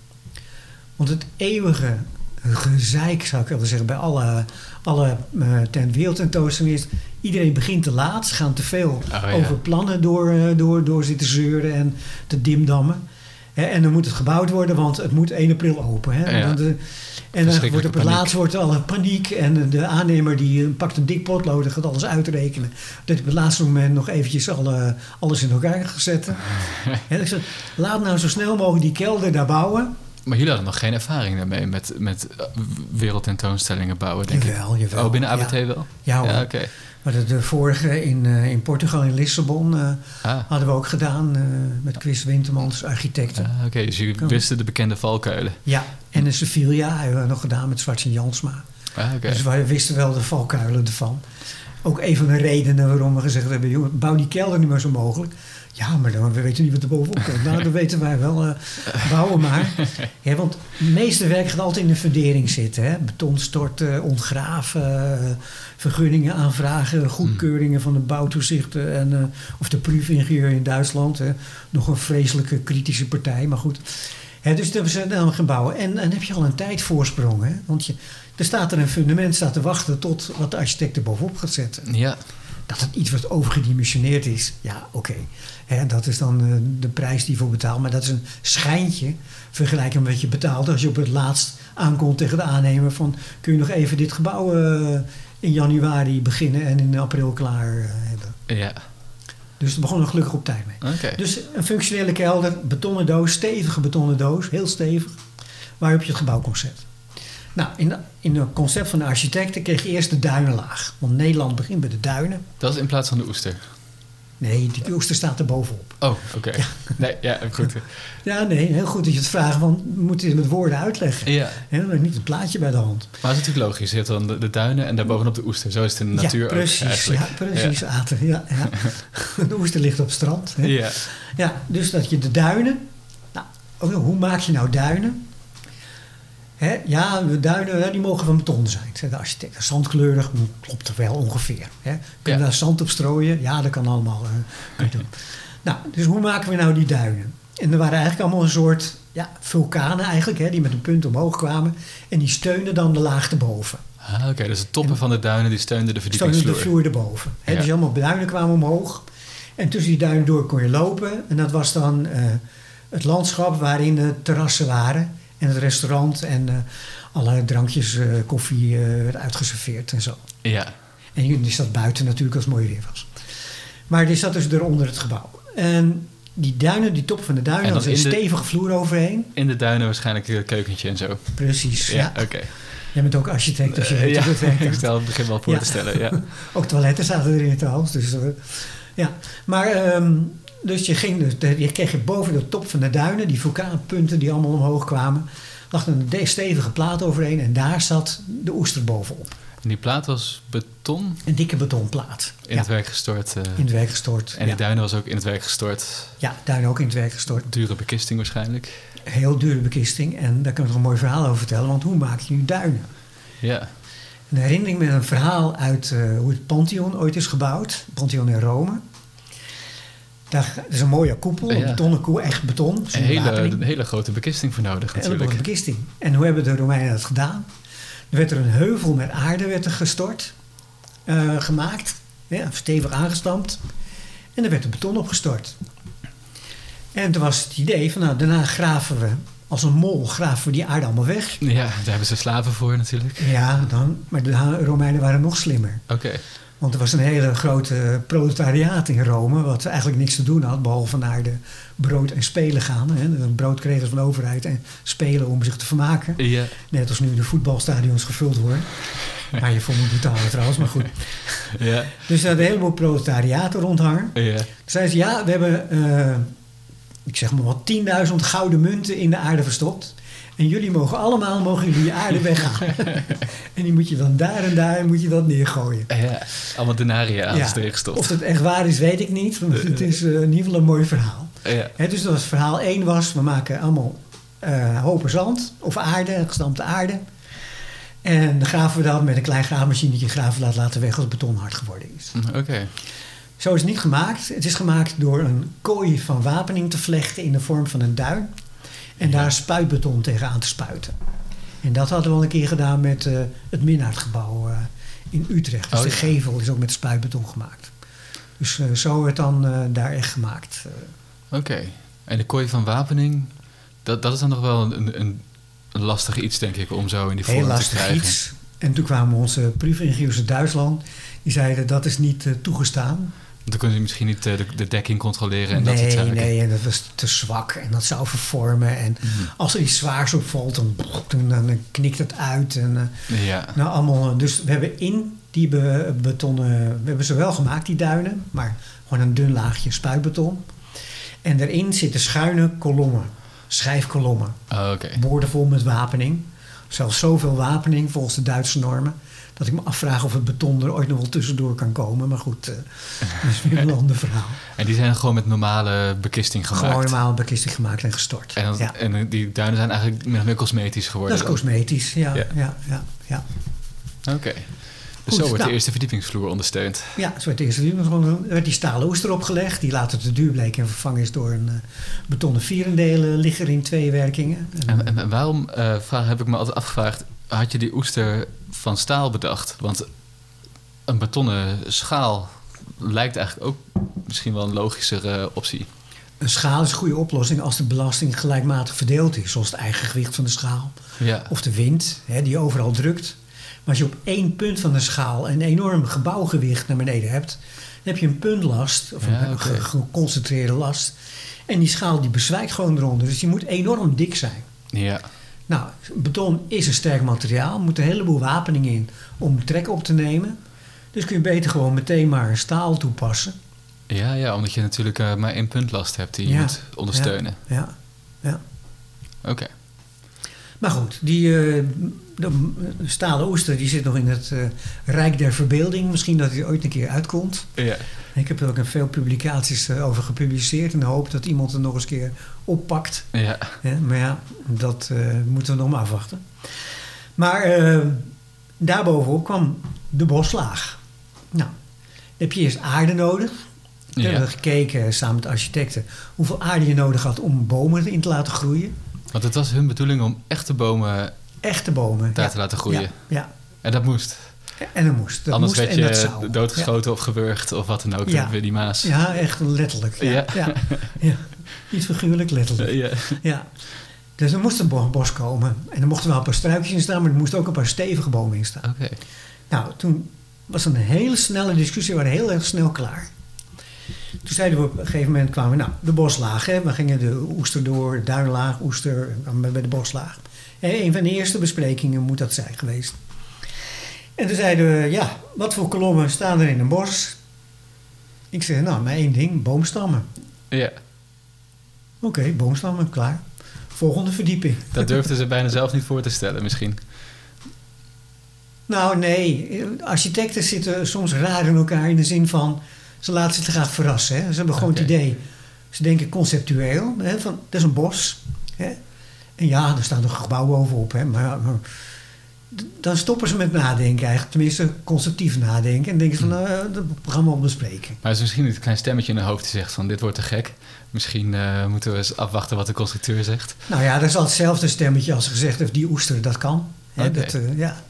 [SPEAKER 3] Want het eeuwige gezeik, zou ik willen zeggen... bij alle, alle uh, ten wereldtentoonstellingen is... iedereen begint te laat. Ze gaan te veel oh, ja. over plannen door, uh, door, door zitten zeuren en te dimdammen. Hè, en dan moet het gebouwd worden, want het moet één april open. Hè?
[SPEAKER 2] Ja.
[SPEAKER 3] De, en dan wordt op het laatst wordt er al een paniek. En de aannemer die pakt een dik potlood en gaat alles uitrekenen. Dat op het laatste moment nog eventjes alle, alles in elkaar gaat zetten. En ik zeg, laat nou zo snel mogelijk die kelder daar bouwen.
[SPEAKER 2] Maar jullie hadden nog geen ervaring daarmee met, met wereldtentoonstellingen bouwen, denk
[SPEAKER 3] jawel,
[SPEAKER 2] ik.
[SPEAKER 3] Jawel,
[SPEAKER 2] Oh, binnen A B T
[SPEAKER 3] ja.
[SPEAKER 2] wel?
[SPEAKER 3] Ja,
[SPEAKER 2] ja oké. Okay.
[SPEAKER 3] Maar de, de vorige in, uh, in Portugal, in Lissabon, uh, ah. hadden we ook gedaan uh, met Chris Wintermans, architecten.
[SPEAKER 2] Ah, Oké, okay. Dus jullie wisten de bekende valkuilen.
[SPEAKER 3] Ja, en in Sevilla hebben we nog gedaan met Zwarts en Jansma.
[SPEAKER 2] Ah, okay.
[SPEAKER 3] Dus wij wisten wel de valkuilen ervan. Ook een van de redenen waarom we gezegd hebben, jongen, bouw die kelder nu maar zo mogelijk. Ja, maar dan, we weten niet wat er bovenop komt. Nou, dat weten wij wel. Uh, bouwen maar. Ja, want het meeste werk gaat altijd in de fundering zitten. Hè? Beton storten, ontgraven, uh, vergunningen aanvragen, goedkeuringen van de bouwtoezichten. En, uh, of de proefingenieur in Duitsland. Hè? Nog een vreselijke kritische partij, maar goed. Hè, dus dan zijn we dan gaan bouwen. En dan heb je al een tijdvoorsprong. Hè? Want je, er staat er een fundament staat te wachten tot wat de architect er bovenop gaat zetten.
[SPEAKER 2] Ja.
[SPEAKER 3] Dat het iets wat overgedimensioneerd is, ja, oké. Okay. Dat is dan uh, de prijs die je voor betaalt. Maar dat is een schijntje vergelijken met wat je betaalt als je op het laatst aankomt tegen de aannemer van kun je nog even dit gebouw uh, in januari beginnen en in april klaar uh, hebben.
[SPEAKER 2] Ja.
[SPEAKER 3] Dus er begon er gelukkig op tijd mee.
[SPEAKER 2] Okay.
[SPEAKER 3] Dus een functionele kelder, betonnen doos, stevige betonnen doos, heel stevig, waarop je het gebouw kon zetten. Nou, in, de, in het concept van de architecten kreeg je eerst de duinenlaag. Want Nederland begint bij de duinen.
[SPEAKER 2] Dat is in plaats van de oester?
[SPEAKER 3] Nee, die oester staat er bovenop.
[SPEAKER 2] Oh, oké. Okay. Ja. Nee, ja, goed.
[SPEAKER 3] Ja, nee, heel goed dat je het vraagt, want we moeten het met woorden uitleggen.
[SPEAKER 2] Ja.
[SPEAKER 3] En dan heb je niet een plaatje bij de hand.
[SPEAKER 2] Maar dat is natuurlijk logisch. Je hebt dan de, de duinen en daarbovenop de oester. Zo is het in de natuur
[SPEAKER 3] ja, precies,
[SPEAKER 2] ook eigenlijk.
[SPEAKER 3] Ja, precies. Ja. Aten, ja, ja. De oester ligt op het strand. Hè.
[SPEAKER 2] Ja.
[SPEAKER 3] Ja, dus dat je de duinen... Nou, hoe maak je nou duinen? Hè, ja, de duinen die mogen van beton zijn, zei de architect. Zandkleurig, klopt er wel ongeveer. Hè. Kun je
[SPEAKER 2] ja.
[SPEAKER 3] daar zand op strooien? Ja, dat kan allemaal. Uh, kun je doen. Nou, dus hoe maken we nou die duinen? En er waren eigenlijk allemaal een soort ja, vulkanen eigenlijk, hè, die met een punt omhoog kwamen. En die steunden dan de laag erboven.
[SPEAKER 2] Ah, oké, okay, dus de toppen en, van de duinen die steunden de
[SPEAKER 3] Steunden
[SPEAKER 2] verdiepingsvloer.
[SPEAKER 3] de vloer erboven. Hè,
[SPEAKER 2] ja.
[SPEAKER 3] Dus allemaal duinen kwamen omhoog. En tussen die duinen door kon je lopen. En dat was dan uh, het landschap waarin de terrassen waren. En het restaurant en uh, alle drankjes, uh, koffie uh, werd uitgeserveerd en zo.
[SPEAKER 2] Ja.
[SPEAKER 3] En die zat buiten natuurlijk als het mooi weer was. Maar die zat dus eronder het gebouw. En die duinen, die top van de duinen, had een de, stevige vloer overheen.
[SPEAKER 2] In de duinen waarschijnlijk een keukentje en zo.
[SPEAKER 3] Precies, ja.
[SPEAKER 2] ja. Oké. Okay.
[SPEAKER 3] Jij bent ook architect, dus je weet
[SPEAKER 2] uh,
[SPEAKER 3] hoe het werkt.
[SPEAKER 2] Ik stel het begin wel voor ja. te stellen, ja.
[SPEAKER 3] Ook toiletten zaten erin trouwens. Dus, uh, ja. Maar... Um, Dus je, ging, dus je kreeg boven de top van de duinen, die vulkaanpunten die allemaal omhoog kwamen, lag een stevige plaat overheen en daar zat de oester bovenop.
[SPEAKER 2] En die plaat was beton?
[SPEAKER 3] Een dikke betonplaat.
[SPEAKER 2] In
[SPEAKER 3] ja.
[SPEAKER 2] het werk gestort? Uh,
[SPEAKER 3] in het werk gestort,
[SPEAKER 2] En
[SPEAKER 3] ja.
[SPEAKER 2] die duinen was ook in het werk gestort?
[SPEAKER 3] Ja, duinen ook in het werk gestort.
[SPEAKER 2] Dure bekisting waarschijnlijk?
[SPEAKER 3] Heel dure bekisting en daar kan ik nog een mooi verhaal over vertellen, want hoe maak je nu duinen?
[SPEAKER 2] Ja.
[SPEAKER 3] Een herinnering met een verhaal uit uh, hoe het Pantheon ooit is gebouwd, het Pantheon in Rome. Daar is een mooie koepel, een ja. betonnen koepel, echt beton.
[SPEAKER 2] Een hele, een hele grote bekisting voor nodig natuurlijk.
[SPEAKER 3] Een hele grote bekisting. En hoe hebben de Romeinen dat gedaan? Er werd er een heuvel met aarde werd er gestort, uh, gemaakt, ja, stevig aangestampt. En er werd er beton opgestort. En toen was het idee van, nou, daarna graven we, als een mol, graven we die aarde allemaal weg.
[SPEAKER 2] Ja, daar hebben ze slaven voor natuurlijk.
[SPEAKER 3] Ja, dan, maar de Romeinen waren nog slimmer.
[SPEAKER 2] Oké. Okay.
[SPEAKER 3] Want er was een hele grote proletariaat in Rome, wat eigenlijk niks te doen had, behalve naar de brood en spelen gaan. Hè. Brood kregen ze van de overheid en spelen om zich te vermaken.
[SPEAKER 2] Ja.
[SPEAKER 3] Net als nu de voetbalstadions gevuld worden. Maar je vond het betalen trouwens, maar goed.
[SPEAKER 2] Ja.
[SPEAKER 3] Dus er hadden een heleboel proletariaten rondhangen.
[SPEAKER 2] Ja.
[SPEAKER 3] Toen zeiden ze, ja, we hebben, uh, ik zeg maar wat, tienduizend gouden munten in de aarde verstopt. En jullie mogen allemaal, mogen jullie je aarde weghalen. En die moet je dan daar en daar moet je dat neergooien.
[SPEAKER 2] Ja, allemaal denaria aan
[SPEAKER 3] ja,
[SPEAKER 2] erin gestopt.
[SPEAKER 3] Of het echt waar is, weet ik niet. Want het is uh, in ieder geval een mooi verhaal.
[SPEAKER 2] Ja.
[SPEAKER 3] He, dus dat was verhaal één was, we maken allemaal uh, hopen zand of aarde, gestampte aarde. En dan graven we dat met een klein graafmachinetje graven laat laten weg als het beton hard geworden is.
[SPEAKER 2] Oké. Okay.
[SPEAKER 3] Zo is het niet gemaakt. Het is gemaakt door een kooi van wapening te vlechten in de vorm van een duin. En daar spuitbeton tegenaan te spuiten. En dat hadden we al een keer gedaan met uh, het Minnaertgebouw uh, in Utrecht. Dus oh, de ja. gevel is ook met spuitbeton gemaakt. Dus uh, zo werd dan uh, daar echt gemaakt. Uh.
[SPEAKER 2] Oké. Okay. En de kooi van wapening, dat, dat is dan nog wel een, een, een lastig iets, denk ik, om zo in die vorm te krijgen. Heel lastig iets.
[SPEAKER 3] En toen kwamen onze proefingenieurs uit Duitsland. Die zeiden dat is niet uh, toegestaan.
[SPEAKER 2] Dan kunnen ze misschien niet de, de dekking controleren en
[SPEAKER 3] nee,
[SPEAKER 2] dat soort zaken.
[SPEAKER 3] Nee, en dat was te zwak en dat zou vervormen. En mm. als er iets zwaars opvalt, dan, dan, dan knikt het uit. En,
[SPEAKER 2] ja.
[SPEAKER 3] nou, allemaal, dus we hebben in die be, betonnen... We hebben ze wel gemaakt, die duinen. Maar gewoon een dun laagje spuitbeton. En daarin zitten schuine kolommen. Schijfkolommen.
[SPEAKER 2] Oh, okay.
[SPEAKER 3] Boordevol met wapening. Zelfs zoveel wapening volgens de Duitse normen. Dat ik me afvraag of het beton er ooit nog wel tussendoor kan komen. Maar goed, uh, dat is weer een ander verhaal.
[SPEAKER 2] En die zijn gewoon met normale bekisting gemaakt?
[SPEAKER 3] Gewoon normale bekisting gemaakt en gestort.
[SPEAKER 2] En, dat,
[SPEAKER 3] ja.
[SPEAKER 2] en die duinen zijn eigenlijk min of meer cosmetisch geworden?
[SPEAKER 3] Dat is cosmetisch, ja. ja. ja, ja, ja.
[SPEAKER 2] Oké. Okay. Dus goed, zo wordt nou, de eerste verdiepingsvloer ondersteund? Ja,
[SPEAKER 3] zo werd de eerste verdiepingsvloer. Er werd die stalen oester opgelegd. Die later te duur bleek en vervangen is door een uh, betonnen vierendelen ligger in twee werkingen.
[SPEAKER 2] En, en, en waarom, uh, vraag, heb ik me altijd afgevraagd, had je die oester van staal bedacht? Want een betonnen schaal lijkt eigenlijk ook misschien wel een logischere uh, optie.
[SPEAKER 3] Een schaal is een goede oplossing als de belasting gelijkmatig verdeeld is. Zoals het eigen gewicht van de schaal.
[SPEAKER 2] Ja.
[SPEAKER 3] Of de wind, hè, die overal drukt. Maar als je op één punt van de schaal een enorm gebouwgewicht naar beneden hebt... dan heb je een puntlast, of
[SPEAKER 2] Ja,
[SPEAKER 3] een
[SPEAKER 2] okay.
[SPEAKER 3] geconcentreerde last. En die schaal die bezwijkt gewoon eronder. Dus die moet enorm dik zijn.
[SPEAKER 2] Ja.
[SPEAKER 3] Nou, beton is een sterk materiaal. Er moet een heleboel wapening in om trek op te nemen. Dus kun je beter gewoon meteen maar staal toepassen.
[SPEAKER 2] Ja, ja, omdat je natuurlijk uh, maar één puntlast hebt die je
[SPEAKER 3] Ja.
[SPEAKER 2] moet ondersteunen.
[SPEAKER 3] Ja, ja. ja.
[SPEAKER 2] Oké. Okay.
[SPEAKER 3] Maar goed, die uh, de stalen oester die zit nog in het uh, rijk der verbeelding. Misschien dat hij ooit een keer uitkomt.
[SPEAKER 2] Ja.
[SPEAKER 3] Ik heb er ook veel publicaties uh, over gepubliceerd... in de hoop dat iemand er nog eens een keer oppakt.
[SPEAKER 2] Ja.
[SPEAKER 3] Ja, maar ja, dat uh, moeten we nog maar afwachten. Maar uh, daarbovenop kwam de boslaag. Nou, dan heb je eerst aarde nodig. We
[SPEAKER 2] Ja.
[SPEAKER 3] hebben gekeken samen met architecten... hoeveel aarde je nodig had om bomen in te laten groeien.
[SPEAKER 2] Want het was hun bedoeling om echte bomen
[SPEAKER 3] Echte bomen.
[SPEAKER 2] daar
[SPEAKER 3] ja.
[SPEAKER 2] te laten groeien.
[SPEAKER 3] Ja, ja.
[SPEAKER 2] En dat moest.
[SPEAKER 3] En dat moest. Dat
[SPEAKER 2] Anders
[SPEAKER 3] moest
[SPEAKER 2] werd
[SPEAKER 3] en dat
[SPEAKER 2] je
[SPEAKER 3] zou.
[SPEAKER 2] doodgeschoten ja. of gewurgd of wat dan ook.
[SPEAKER 3] Ja.
[SPEAKER 2] Weer die maas.
[SPEAKER 3] Ja, echt letterlijk. Ja,
[SPEAKER 2] Ja.
[SPEAKER 3] ja. ja. Niet figuurlijk, letterlijk.
[SPEAKER 2] Ja.
[SPEAKER 3] Ja. Dus er moest een bos komen. En er mochten wel een paar struikjes in staan... maar er moesten ook een paar stevige bomen in staan.
[SPEAKER 2] Oké. Okay.
[SPEAKER 3] Nou, toen was er een hele snelle discussie. We waren heel erg snel klaar. Toen zeiden we op een gegeven moment... kwamen we, nou, de boslaag. Hè. We gingen de oester door, duinlaag, oester... bij de boslaag. En een van de eerste besprekingen moet dat zijn geweest. En toen zeiden we... ja, wat voor kolommen staan er in een bos? Ik zei, nou, maar één ding, boomstammen.
[SPEAKER 2] Ja.
[SPEAKER 3] Oké, okay, boomstammen, klaar. Volgende verdieping.
[SPEAKER 2] Dat durfden ze bijna zelf niet voor te stellen, misschien.
[SPEAKER 3] Nou, nee. Architecten zitten soms raar in elkaar in de zin van... ze laten zich te graag verrassen. Hè. Ze hebben gewoon okay. het idee... ze denken conceptueel. Hè, van, dat is een bos. Hè. En ja, er staat nog een gebouw bovenop. Hè, maar, maar dan stoppen ze met nadenken eigenlijk. Tenminste, conceptief nadenken. En denken ze van, nou, dat gaan we wel bespreken.
[SPEAKER 2] Maar er is misschien een klein stemmetje in de hoofd die zegt van... dit wordt te gek. Misschien uh, moeten we eens afwachten wat de constructeur zegt.
[SPEAKER 3] Nou ja, dat is al hetzelfde stemmetje als gezegd heeft... die oester, dat kan. Hè,
[SPEAKER 2] okay.
[SPEAKER 3] dat, uh, ja.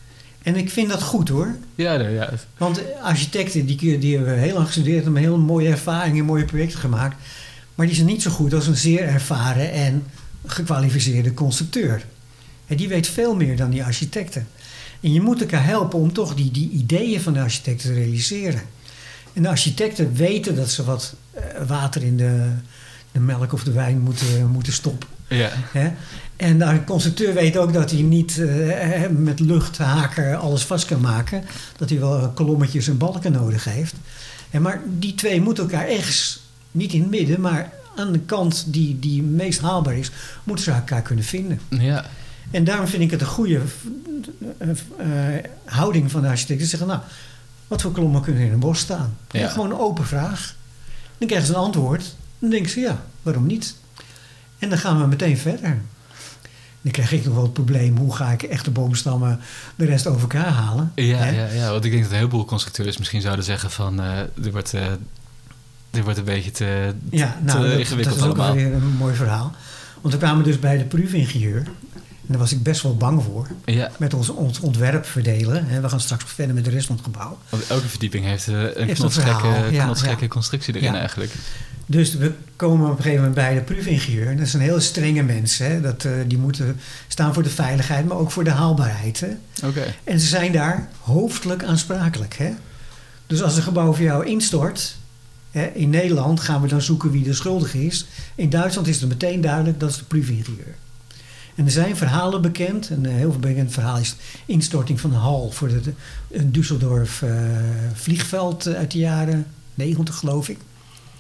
[SPEAKER 3] En ik vind dat goed, hoor.
[SPEAKER 2] Ja, nee, ja.
[SPEAKER 3] Want architecten, die, die hebben heel lang gestudeerd... hebben heel mooie ervaringen en mooie projecten gemaakt. Maar die zijn niet zo goed als een zeer ervaren... en gekwalificeerde constructeur. En die weet veel meer dan die architecten. En je moet elkaar helpen om toch die, die ideeën van de architecten te realiseren. En de architecten weten dat ze wat uh, water in de, de melk of de wijn moeten, moeten stoppen.
[SPEAKER 2] Ja.
[SPEAKER 3] Hè? En de constructeur weet ook dat hij niet uh, met luchthaken alles vast kan maken. Dat hij wel kolommetjes en balken nodig heeft. En maar die twee moeten elkaar ergens, niet in het midden, maar aan de kant die, die meest haalbaar is, moeten ze elkaar kunnen vinden.
[SPEAKER 2] Ja. En
[SPEAKER 3] daarom vind ik het een goede uh, uh, houding van de architect. Ze zeggen, nou, wat voor kolommen kunnen in een bos staan? Ja. En gewoon een open vraag. Dan krijgen ze een antwoord. Dan denken ze, ja, waarom niet? En dan gaan we meteen verder. Dan krijg ik nog wel het probleem, hoe ga ik echte boomstammen de rest over elkaar halen?
[SPEAKER 2] Ja, ja, ja, want ik denk dat een heleboel constructeurs misschien zouden zeggen van, uh, er wordt... Uh, Dit wordt een beetje te,
[SPEAKER 3] ja, nou,
[SPEAKER 2] te
[SPEAKER 3] dat,
[SPEAKER 2] ingewikkeld
[SPEAKER 3] dat is
[SPEAKER 2] allemaal.
[SPEAKER 3] ook weer een mooi verhaal. Want we kwamen dus bij de proefingenieur. En daar was ik best wel bang voor.
[SPEAKER 2] Ja.
[SPEAKER 3] Met ons, ons ontwerp verdelen. En we gaan straks verder met de rest van het gebouw.
[SPEAKER 2] Want elke verdieping heeft uh, een
[SPEAKER 3] heeft
[SPEAKER 2] knotsgekke,
[SPEAKER 3] een ja,
[SPEAKER 2] knotsgekke
[SPEAKER 3] ja.
[SPEAKER 2] constructie erin
[SPEAKER 3] ja.
[SPEAKER 2] eigenlijk.
[SPEAKER 3] Dus we komen op een gegeven moment bij de proefingenieur. En dat zijn hele strenge mensen. Hè. Dat, uh, die moeten staan voor de veiligheid, maar ook voor de haalbaarheid. Hè.
[SPEAKER 2] Okay.
[SPEAKER 3] En ze zijn daar hoofdelijk aansprakelijk. Hè. Dus als een gebouw voor jou instort... In Nederland gaan we dan zoeken wie de schuldige is. In Duitsland is het meteen duidelijk, dat is de proefingenieur. En er zijn verhalen bekend. Een heel veel bekend verhaal is de instorting van de hal voor het Düsseldorf uh, vliegveld uit de jaren negentig, geloof ik.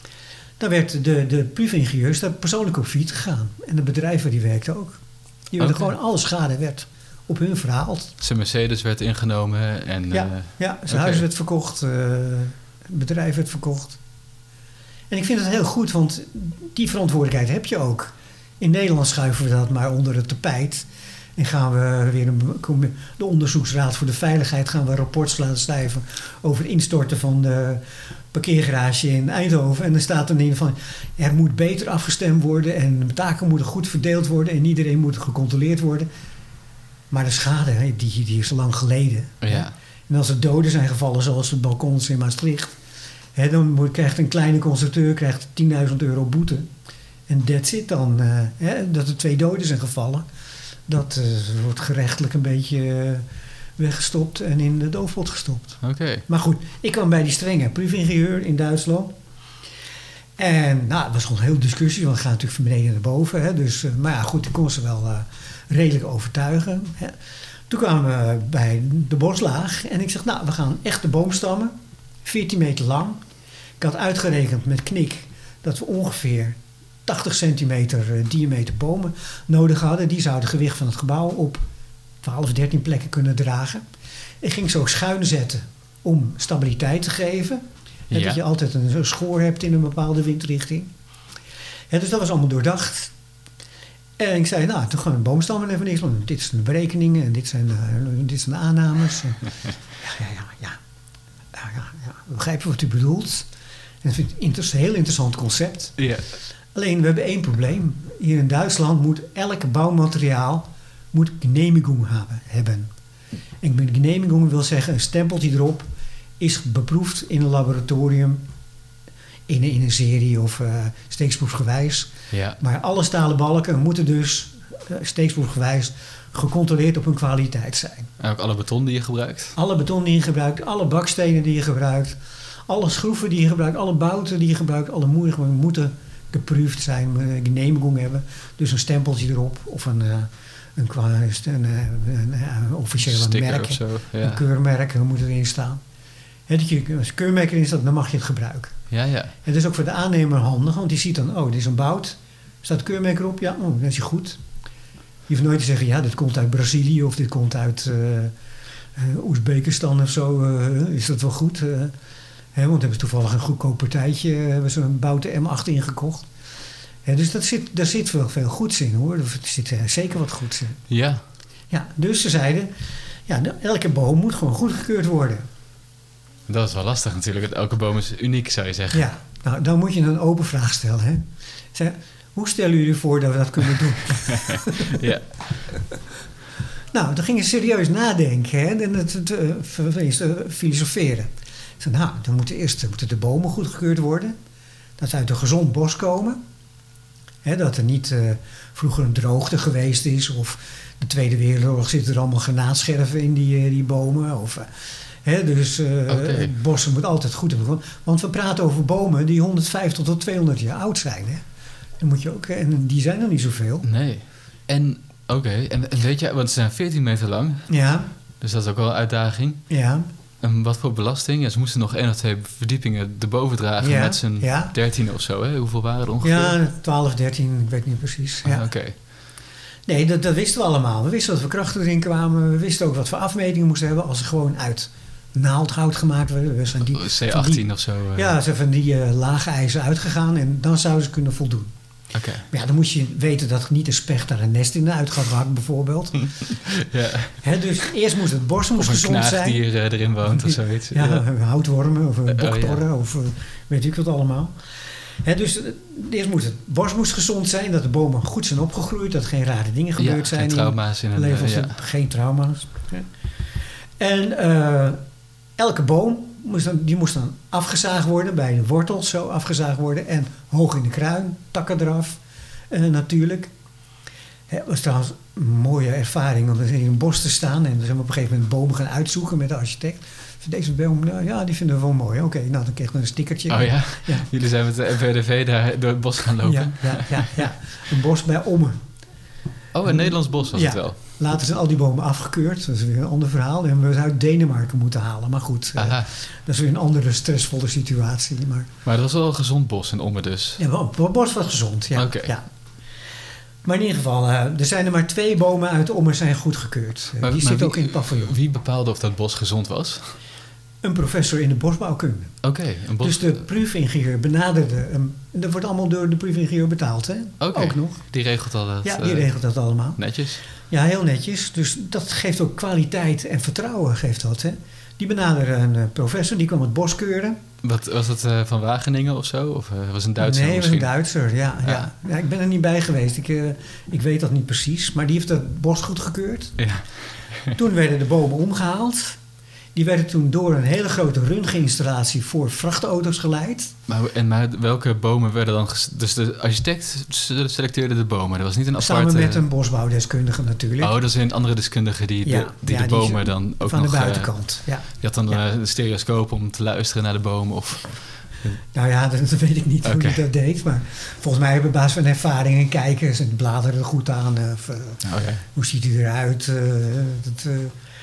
[SPEAKER 3] Daar werd de, de proefingenieurs daar persoonlijk op fiets gegaan. En de bedrijven die werkten ook. Die werden okay. gewoon alle schade werd op hun verhaald.
[SPEAKER 2] Zijn Mercedes werd ingenomen. En,
[SPEAKER 3] ja,
[SPEAKER 2] uh,
[SPEAKER 3] ja, zijn
[SPEAKER 2] okay.
[SPEAKER 3] huis werd verkocht. Uh, het bedrijf werd verkocht. En ik vind het heel goed, want die verantwoordelijkheid heb je ook. In Nederland schuiven we dat maar onder het tapijt. En gaan we weer een, de onderzoeksraad voor de veiligheid... gaan we een rapport laten schrijven over het instorten van de parkeergarage in Eindhoven. En dan staat er in van, er moet beter afgestemd worden... en de taken moeten goed verdeeld worden... en iedereen moet gecontroleerd worden. Maar de schade, die, die is lang geleden.
[SPEAKER 2] Ja.
[SPEAKER 3] En als er doden zijn gevallen, zoals de balkons in Maastricht... Hè, dan moet- krijgt een kleine constructeur krijgt tienduizend euro boete. En that's it dan. eh, hè, dat er twee doden zijn gevallen. Dat eh, wordt gerechtelijk een beetje eh, weggestopt en in de doofpot gestopt.
[SPEAKER 2] Oké.
[SPEAKER 3] Maar goed, ik kwam bij die strenge proefingenieur in Duitsland. En nou, het was gewoon een heel discussie, want het gaat natuurlijk van beneden naar boven. Hè, dus, eh, maar ja, goed, ik kon ze wel eh, redelijk overtuigen. Hè. Toen kwamen we bij de boslaag en ik zeg, nou, we gaan echte boomstammen, veertien meter lang. Ik had uitgerekend met knik dat we ongeveer tachtig centimeter eh, diameter bomen nodig hadden. Die zouden het gewicht van het gebouw op twaalf, dertien plekken kunnen dragen. Ik ging ze ook schuin zetten om stabiliteit te geven. Hè,
[SPEAKER 2] Ja.
[SPEAKER 3] Dat je altijd een, een schoor hebt in een bepaalde windrichting. Hè, dus dat was allemaal doordacht. En ik zei, nou, toen gaan we boomstammen even niks. Want dit zijn de berekeningen en dit zijn, uh, dit zijn de aannames. En, ja, ja, ja, ja. Ja, ja, ja. We begrijpen wat u bedoelt. En ik vind het inter- een heel interessant concept.
[SPEAKER 2] Ja.
[SPEAKER 3] Alleen, we hebben één probleem. Hier in Duitsland moet elk bouwmateriaal moet genehmigung hebben- hebben. En met genehmigung wil zeggen een stempeltje erop is beproefd in een laboratorium, in, een- in een serie of uh, steeksproefgewijs.
[SPEAKER 2] Ja.
[SPEAKER 3] Maar alle stalen balken moeten dus uh, steeksproefgewijs gecontroleerd op hun kwaliteit zijn.
[SPEAKER 2] En ook alle beton die je gebruikt.
[SPEAKER 3] Alle beton die je gebruikt, alle bakstenen die je gebruikt, alle schroeven die je gebruikt, alle bouten die je gebruikt, alle moeilijke moeten geproefd zijn, een genehmigung hebben. Dus een stempeltje erop of een, uh, een, kwa- een, uh, een, uh, een officiële
[SPEAKER 2] Sticker
[SPEAKER 3] merk,
[SPEAKER 2] of zo.
[SPEAKER 3] een
[SPEAKER 2] Ja.
[SPEAKER 3] keurmerk, er moet erin staan. Hè, dat je, als keurmerk erin staat, dan mag je het gebruiken.
[SPEAKER 2] Ja, ja.
[SPEAKER 3] En dat is ook voor de aannemer handig, want die ziet dan, oh, dit is een bout. Staat het keurmerk erop? Ja, oh, dat is goed. Je hoeft nooit te zeggen, ja, dit komt uit Brazilië of dit komt uit uh, uh, Oezbekistan of zo. Uh, is dat wel goed? Uh, hè, want we hebben toevallig een goedkoop partijtje, uh, hebben ze een bouten M acht ingekocht. Ja, dus dat zit, daar zit wel veel goeds in, hoor. Er zit uh, zeker wat goeds in.
[SPEAKER 2] Ja.
[SPEAKER 3] Ja, dus ze zeiden, ja, de- elke boom moet gewoon goedgekeurd worden.
[SPEAKER 2] Dat is wel lastig natuurlijk. Elke boom is uniek, zou je zeggen.
[SPEAKER 3] Ja, nou, dan moet je een open vraag stellen. Hè? Zeg, hoe stellen jullie voor dat we dat kunnen doen?
[SPEAKER 2] Ja.
[SPEAKER 3] Nou, dan gingen ze serieus nadenken hè? En het, het, uh, f- uh, filosoferen. Ik zei, nou, dan moeten eerst moeten de bomen goedgekeurd worden. Dat ze uit een gezond bos komen. Hè, dat er niet uh, vroeger een droogte geweest is. Of de Tweede Wereldoorlog zitten er allemaal granaatscherven in die, uh, die bomen. Of, uh, hè, dus uh,
[SPEAKER 2] Oké.
[SPEAKER 3] bossen moet altijd goed hebben. Want we praten over bomen die honderdvijftig tot tweehonderd jaar oud zijn. Hè? Dan moet je ook, en die zijn er niet zoveel.
[SPEAKER 2] Nee. En, oké. En, en weet je, want ze zijn veertien meter lang.
[SPEAKER 3] Ja,
[SPEAKER 2] Dus dat is ook wel een uitdaging.
[SPEAKER 3] ja,
[SPEAKER 2] En wat voor belasting? Ja, ze moesten nog één of twee verdiepingen erboven dragen
[SPEAKER 3] Ja,
[SPEAKER 2] met z'n
[SPEAKER 3] ja.
[SPEAKER 2] dertien of zo. Hè? Hoeveel waren er ongeveer?
[SPEAKER 3] ja, twaalf, dertien, ik weet niet precies. Ja.
[SPEAKER 2] Ah, oké.
[SPEAKER 3] Nee, dat, dat wisten we allemaal. We wisten dat we krachten erin kwamen. We wisten ook wat voor afmetingen moesten hebben als ze gewoon uit naaldhout gemaakt werden. We zijn die,
[SPEAKER 2] C
[SPEAKER 3] van
[SPEAKER 2] achttien
[SPEAKER 3] die-
[SPEAKER 2] of zo. eh.
[SPEAKER 3] Ja, ze zijn van die uh, lage eisen uitgegaan en dan zouden ze kunnen voldoen.
[SPEAKER 2] Oké.
[SPEAKER 3] Maar ja, dan moet je weten dat niet een specht daar een nest in uit gaat hakken bijvoorbeeld.
[SPEAKER 2] Ja.
[SPEAKER 3] Hè, dus eerst moest het bos moest
[SPEAKER 2] Of een
[SPEAKER 3] gezond zijn.
[SPEAKER 2] knaagdier eh, erin woont of zoiets.
[SPEAKER 3] Ja,
[SPEAKER 2] Ja.
[SPEAKER 3] houtwormen of
[SPEAKER 2] Oh, ja.
[SPEAKER 3] boktorren of uh, weet ik wat allemaal. Hè, dus uh, eerst moest het bos moest gezond zijn, dat de bomen goed zijn opgegroeid, dat geen rare dingen gebeurd
[SPEAKER 2] Ja,
[SPEAKER 3] zijn.
[SPEAKER 2] geen
[SPEAKER 3] in
[SPEAKER 2] trauma's in een...
[SPEAKER 3] leven,
[SPEAKER 2] eh, ja.
[SPEAKER 3] geen trauma's. Hè. En uh, elke boom moest dan, die moest dan afgezaagd worden, bij de wortels zo afgezaagd worden en hoog in de kruin, takken eraf uh, natuurlijk. Het was trouwens een mooie ervaring om in een bos te staan en dan zijn we op een gegeven moment bomen gaan uitzoeken met de architect. Deze boom, nou, ja, die vinden we wel mooi. Oké, nou dan kreeg ik een stickertje.
[SPEAKER 2] Oh ja?
[SPEAKER 3] Ja.
[SPEAKER 2] Jullie zijn met de N V D V daar door het bos gaan lopen?
[SPEAKER 3] Ja, ja, ja, ja. Een bos bij Ommen.
[SPEAKER 2] Oh, een Nederlands bos was
[SPEAKER 3] Ja.
[SPEAKER 2] het wel.
[SPEAKER 3] Later zijn al die bomen afgekeurd. Dat is weer een ander verhaal. En we hebben ze uit Denemarken moeten halen. Maar goed, eh,
[SPEAKER 2] Aha.
[SPEAKER 3] dat is weer een andere stressvolle situatie. Maar
[SPEAKER 2] Maar het was wel een gezond bos in Ommen dus.
[SPEAKER 3] ja, wel, het bos was gezond. Ja,
[SPEAKER 2] Oké.
[SPEAKER 3] ja. Maar in ieder geval, eh, er zijn er maar twee bomen uit Ommen zijn goedgekeurd. Eh,
[SPEAKER 2] Maar-
[SPEAKER 3] die
[SPEAKER 2] maar
[SPEAKER 3] zitten
[SPEAKER 2] wie-
[SPEAKER 3] ook in het paviljoen.
[SPEAKER 2] Wie bepaalde of dat bos gezond was?
[SPEAKER 3] Een professor in de bosbouwkunde.
[SPEAKER 2] Oké, een bos...
[SPEAKER 3] Dus de proefingenieur benaderde hem. En dat wordt allemaal door de proefingenieur betaald, hè?
[SPEAKER 2] Oké,
[SPEAKER 3] Ook nog.
[SPEAKER 2] die regelt al dat
[SPEAKER 3] Ja, die
[SPEAKER 2] eh,
[SPEAKER 3] regelt dat allemaal.
[SPEAKER 2] netjes.
[SPEAKER 3] Ja, heel netjes. Dus dat geeft ook kwaliteit en vertrouwen, geeft dat. Hè? Die benaderde een eh, professor, die kwam het bos keuren.
[SPEAKER 2] Wat, was dat eh, van Wageningen of zo? Of uh, was een Duitser
[SPEAKER 3] nee,
[SPEAKER 2] misschien?
[SPEAKER 3] was een Duitser, ja.
[SPEAKER 2] Ja.
[SPEAKER 3] ja. ja ik ben er niet bij geweest. Ik, eh, ik weet dat niet precies. Maar die heeft het bos goedgekeurd.
[SPEAKER 2] Ja.
[SPEAKER 3] Toen werden de bomen omgehaald. Die werden toen door een hele grote röntgeninstallatie voor vrachtauto's geleid.
[SPEAKER 2] Maar, en maar welke bomen werden dan... Ges- dus de architect selecteerde de bomen. Dat was niet een aparte...
[SPEAKER 3] Samen met een bosbouwdeskundige natuurlijk.
[SPEAKER 2] Oh, dat zijn andere deskundigen die,
[SPEAKER 3] Ja,
[SPEAKER 2] de, die
[SPEAKER 3] ja,
[SPEAKER 2] de
[SPEAKER 3] die
[SPEAKER 2] bomen
[SPEAKER 3] is-
[SPEAKER 2] dan ook
[SPEAKER 3] van
[SPEAKER 2] nog...
[SPEAKER 3] de
[SPEAKER 2] eh,
[SPEAKER 3] buitenkant, ja.
[SPEAKER 2] Je had dan
[SPEAKER 3] Ja.
[SPEAKER 2] eh, een stereoscoop om te luisteren naar de bomen of...
[SPEAKER 3] Nou ja, dat, dat weet ik niet hoe
[SPEAKER 2] Oké.
[SPEAKER 3] hij dat deed. Maar volgens mij hebben we op basis van ervaring en kijken... ze bladeren er goed aan. eh, Of, eh,
[SPEAKER 2] Oké.
[SPEAKER 3] hoe ziet hij eruit? eh, dat, eh,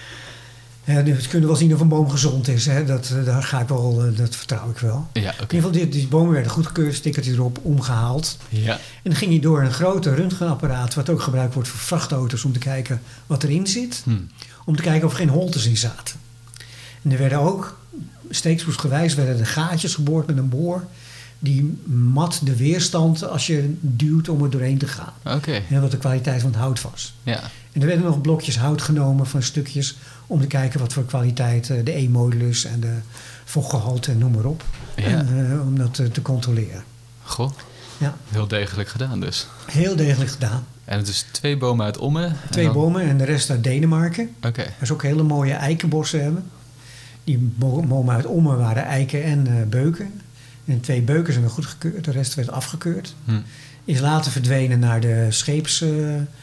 [SPEAKER 3] ja, dus we kunnen wel zien of een boom gezond is. Hè? Dat, eh, daar ga ik wel, eh, dat vertrouw ik wel.
[SPEAKER 2] Ja, oké.
[SPEAKER 3] In ieder geval, die, die bomen werden goedgekeurd, stickertje erop, omgehaald.
[SPEAKER 2] Ja,
[SPEAKER 3] En dan ging hij door een grote röntgenapparaat... wat ook gebruikt wordt voor vrachtauto's... om te kijken wat erin zit.
[SPEAKER 2] hm.
[SPEAKER 3] Om te kijken of er geen holtes in zaten. En er werden ook, steeksproefsgewijs... werden er gaatjes geboord met een boor... die mat de weerstand als je duwt om er doorheen te gaan.
[SPEAKER 2] Oké,
[SPEAKER 3] En wat de kwaliteit van het hout was.
[SPEAKER 2] ja.
[SPEAKER 3] En er werden nog blokjes hout genomen van stukjes... om te kijken wat voor kwaliteit eh, de E-modulus en de vochtgehalte en noem maar op.
[SPEAKER 2] Ja.
[SPEAKER 3] En, eh, om dat eh, te controleren.
[SPEAKER 2] Goh,
[SPEAKER 3] Ja,
[SPEAKER 2] heel degelijk gedaan dus.
[SPEAKER 3] heel degelijk gedaan.
[SPEAKER 2] En het is twee bomen uit Ommen. en
[SPEAKER 3] Twee
[SPEAKER 2] dan-
[SPEAKER 3] bomen en de rest uit Denemarken.
[SPEAKER 2] Oké,
[SPEAKER 3] Waar ze ook hele mooie eikenbossen hebben. Die bo- bomen uit Ommen waren eiken en eh, beuken. En twee beuken zijn er goedgekeurd, de rest werd afgekeurd.
[SPEAKER 2] hm.
[SPEAKER 3] Is later verdwenen naar de scheeps... eh,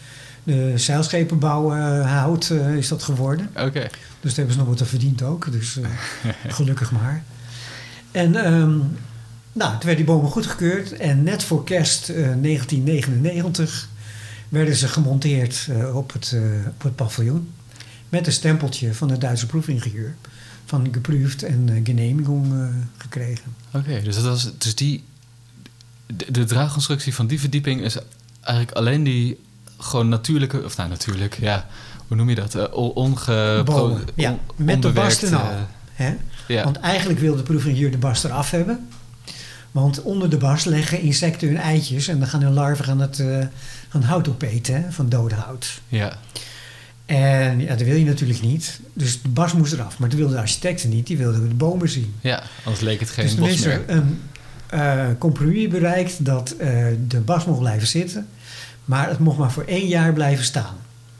[SPEAKER 3] de zeilschepenbouw eh, hout eh, is dat geworden.
[SPEAKER 2] Oké.
[SPEAKER 3] Dus daar hebben ze nog wat te verdiend ook. Dus eh, gelukkig maar. En ehm, nou, toen werden die bomen goedgekeurd. En net voor kerst eh, negentien negenennegentig werden ze gemonteerd eh, op, het, eh, op het paviljoen. Met een stempeltje van de Duitse proefingenieur. Van geproefd en uh, genehmigung uh, gekregen.
[SPEAKER 2] Oké, dus dat was dus die de, de draagconstructie van die verdieping is eigenlijk alleen die gewoon natuurlijke of nou natuurlijk ja hoe noem je dat uh, onge
[SPEAKER 3] Bomen,
[SPEAKER 2] pro-
[SPEAKER 3] ja,
[SPEAKER 2] on-
[SPEAKER 3] met de
[SPEAKER 2] onbewerkt,
[SPEAKER 3] bast en al.
[SPEAKER 2] eh,
[SPEAKER 3] Hè?
[SPEAKER 2] ja.
[SPEAKER 3] Want eigenlijk wilde de proefingenieur de bast eraf hebben. Want onder de bast leggen insecten hun eitjes en dan gaan hun larven gaan het uh, gaan hout opeten hè, van dood hout.
[SPEAKER 2] ja.
[SPEAKER 3] En ja, dat wil je natuurlijk niet. Dus de bast moest eraf. Maar dat wilden de architecten niet. Die wilden de bomen zien.
[SPEAKER 2] Ja, anders leek het geen
[SPEAKER 3] dus toen
[SPEAKER 2] bos
[SPEAKER 3] is
[SPEAKER 2] meer.
[SPEAKER 3] er een uh, compromis bereikt dat uh, de bast mocht blijven zitten. Maar het mocht maar voor één jaar blijven staan.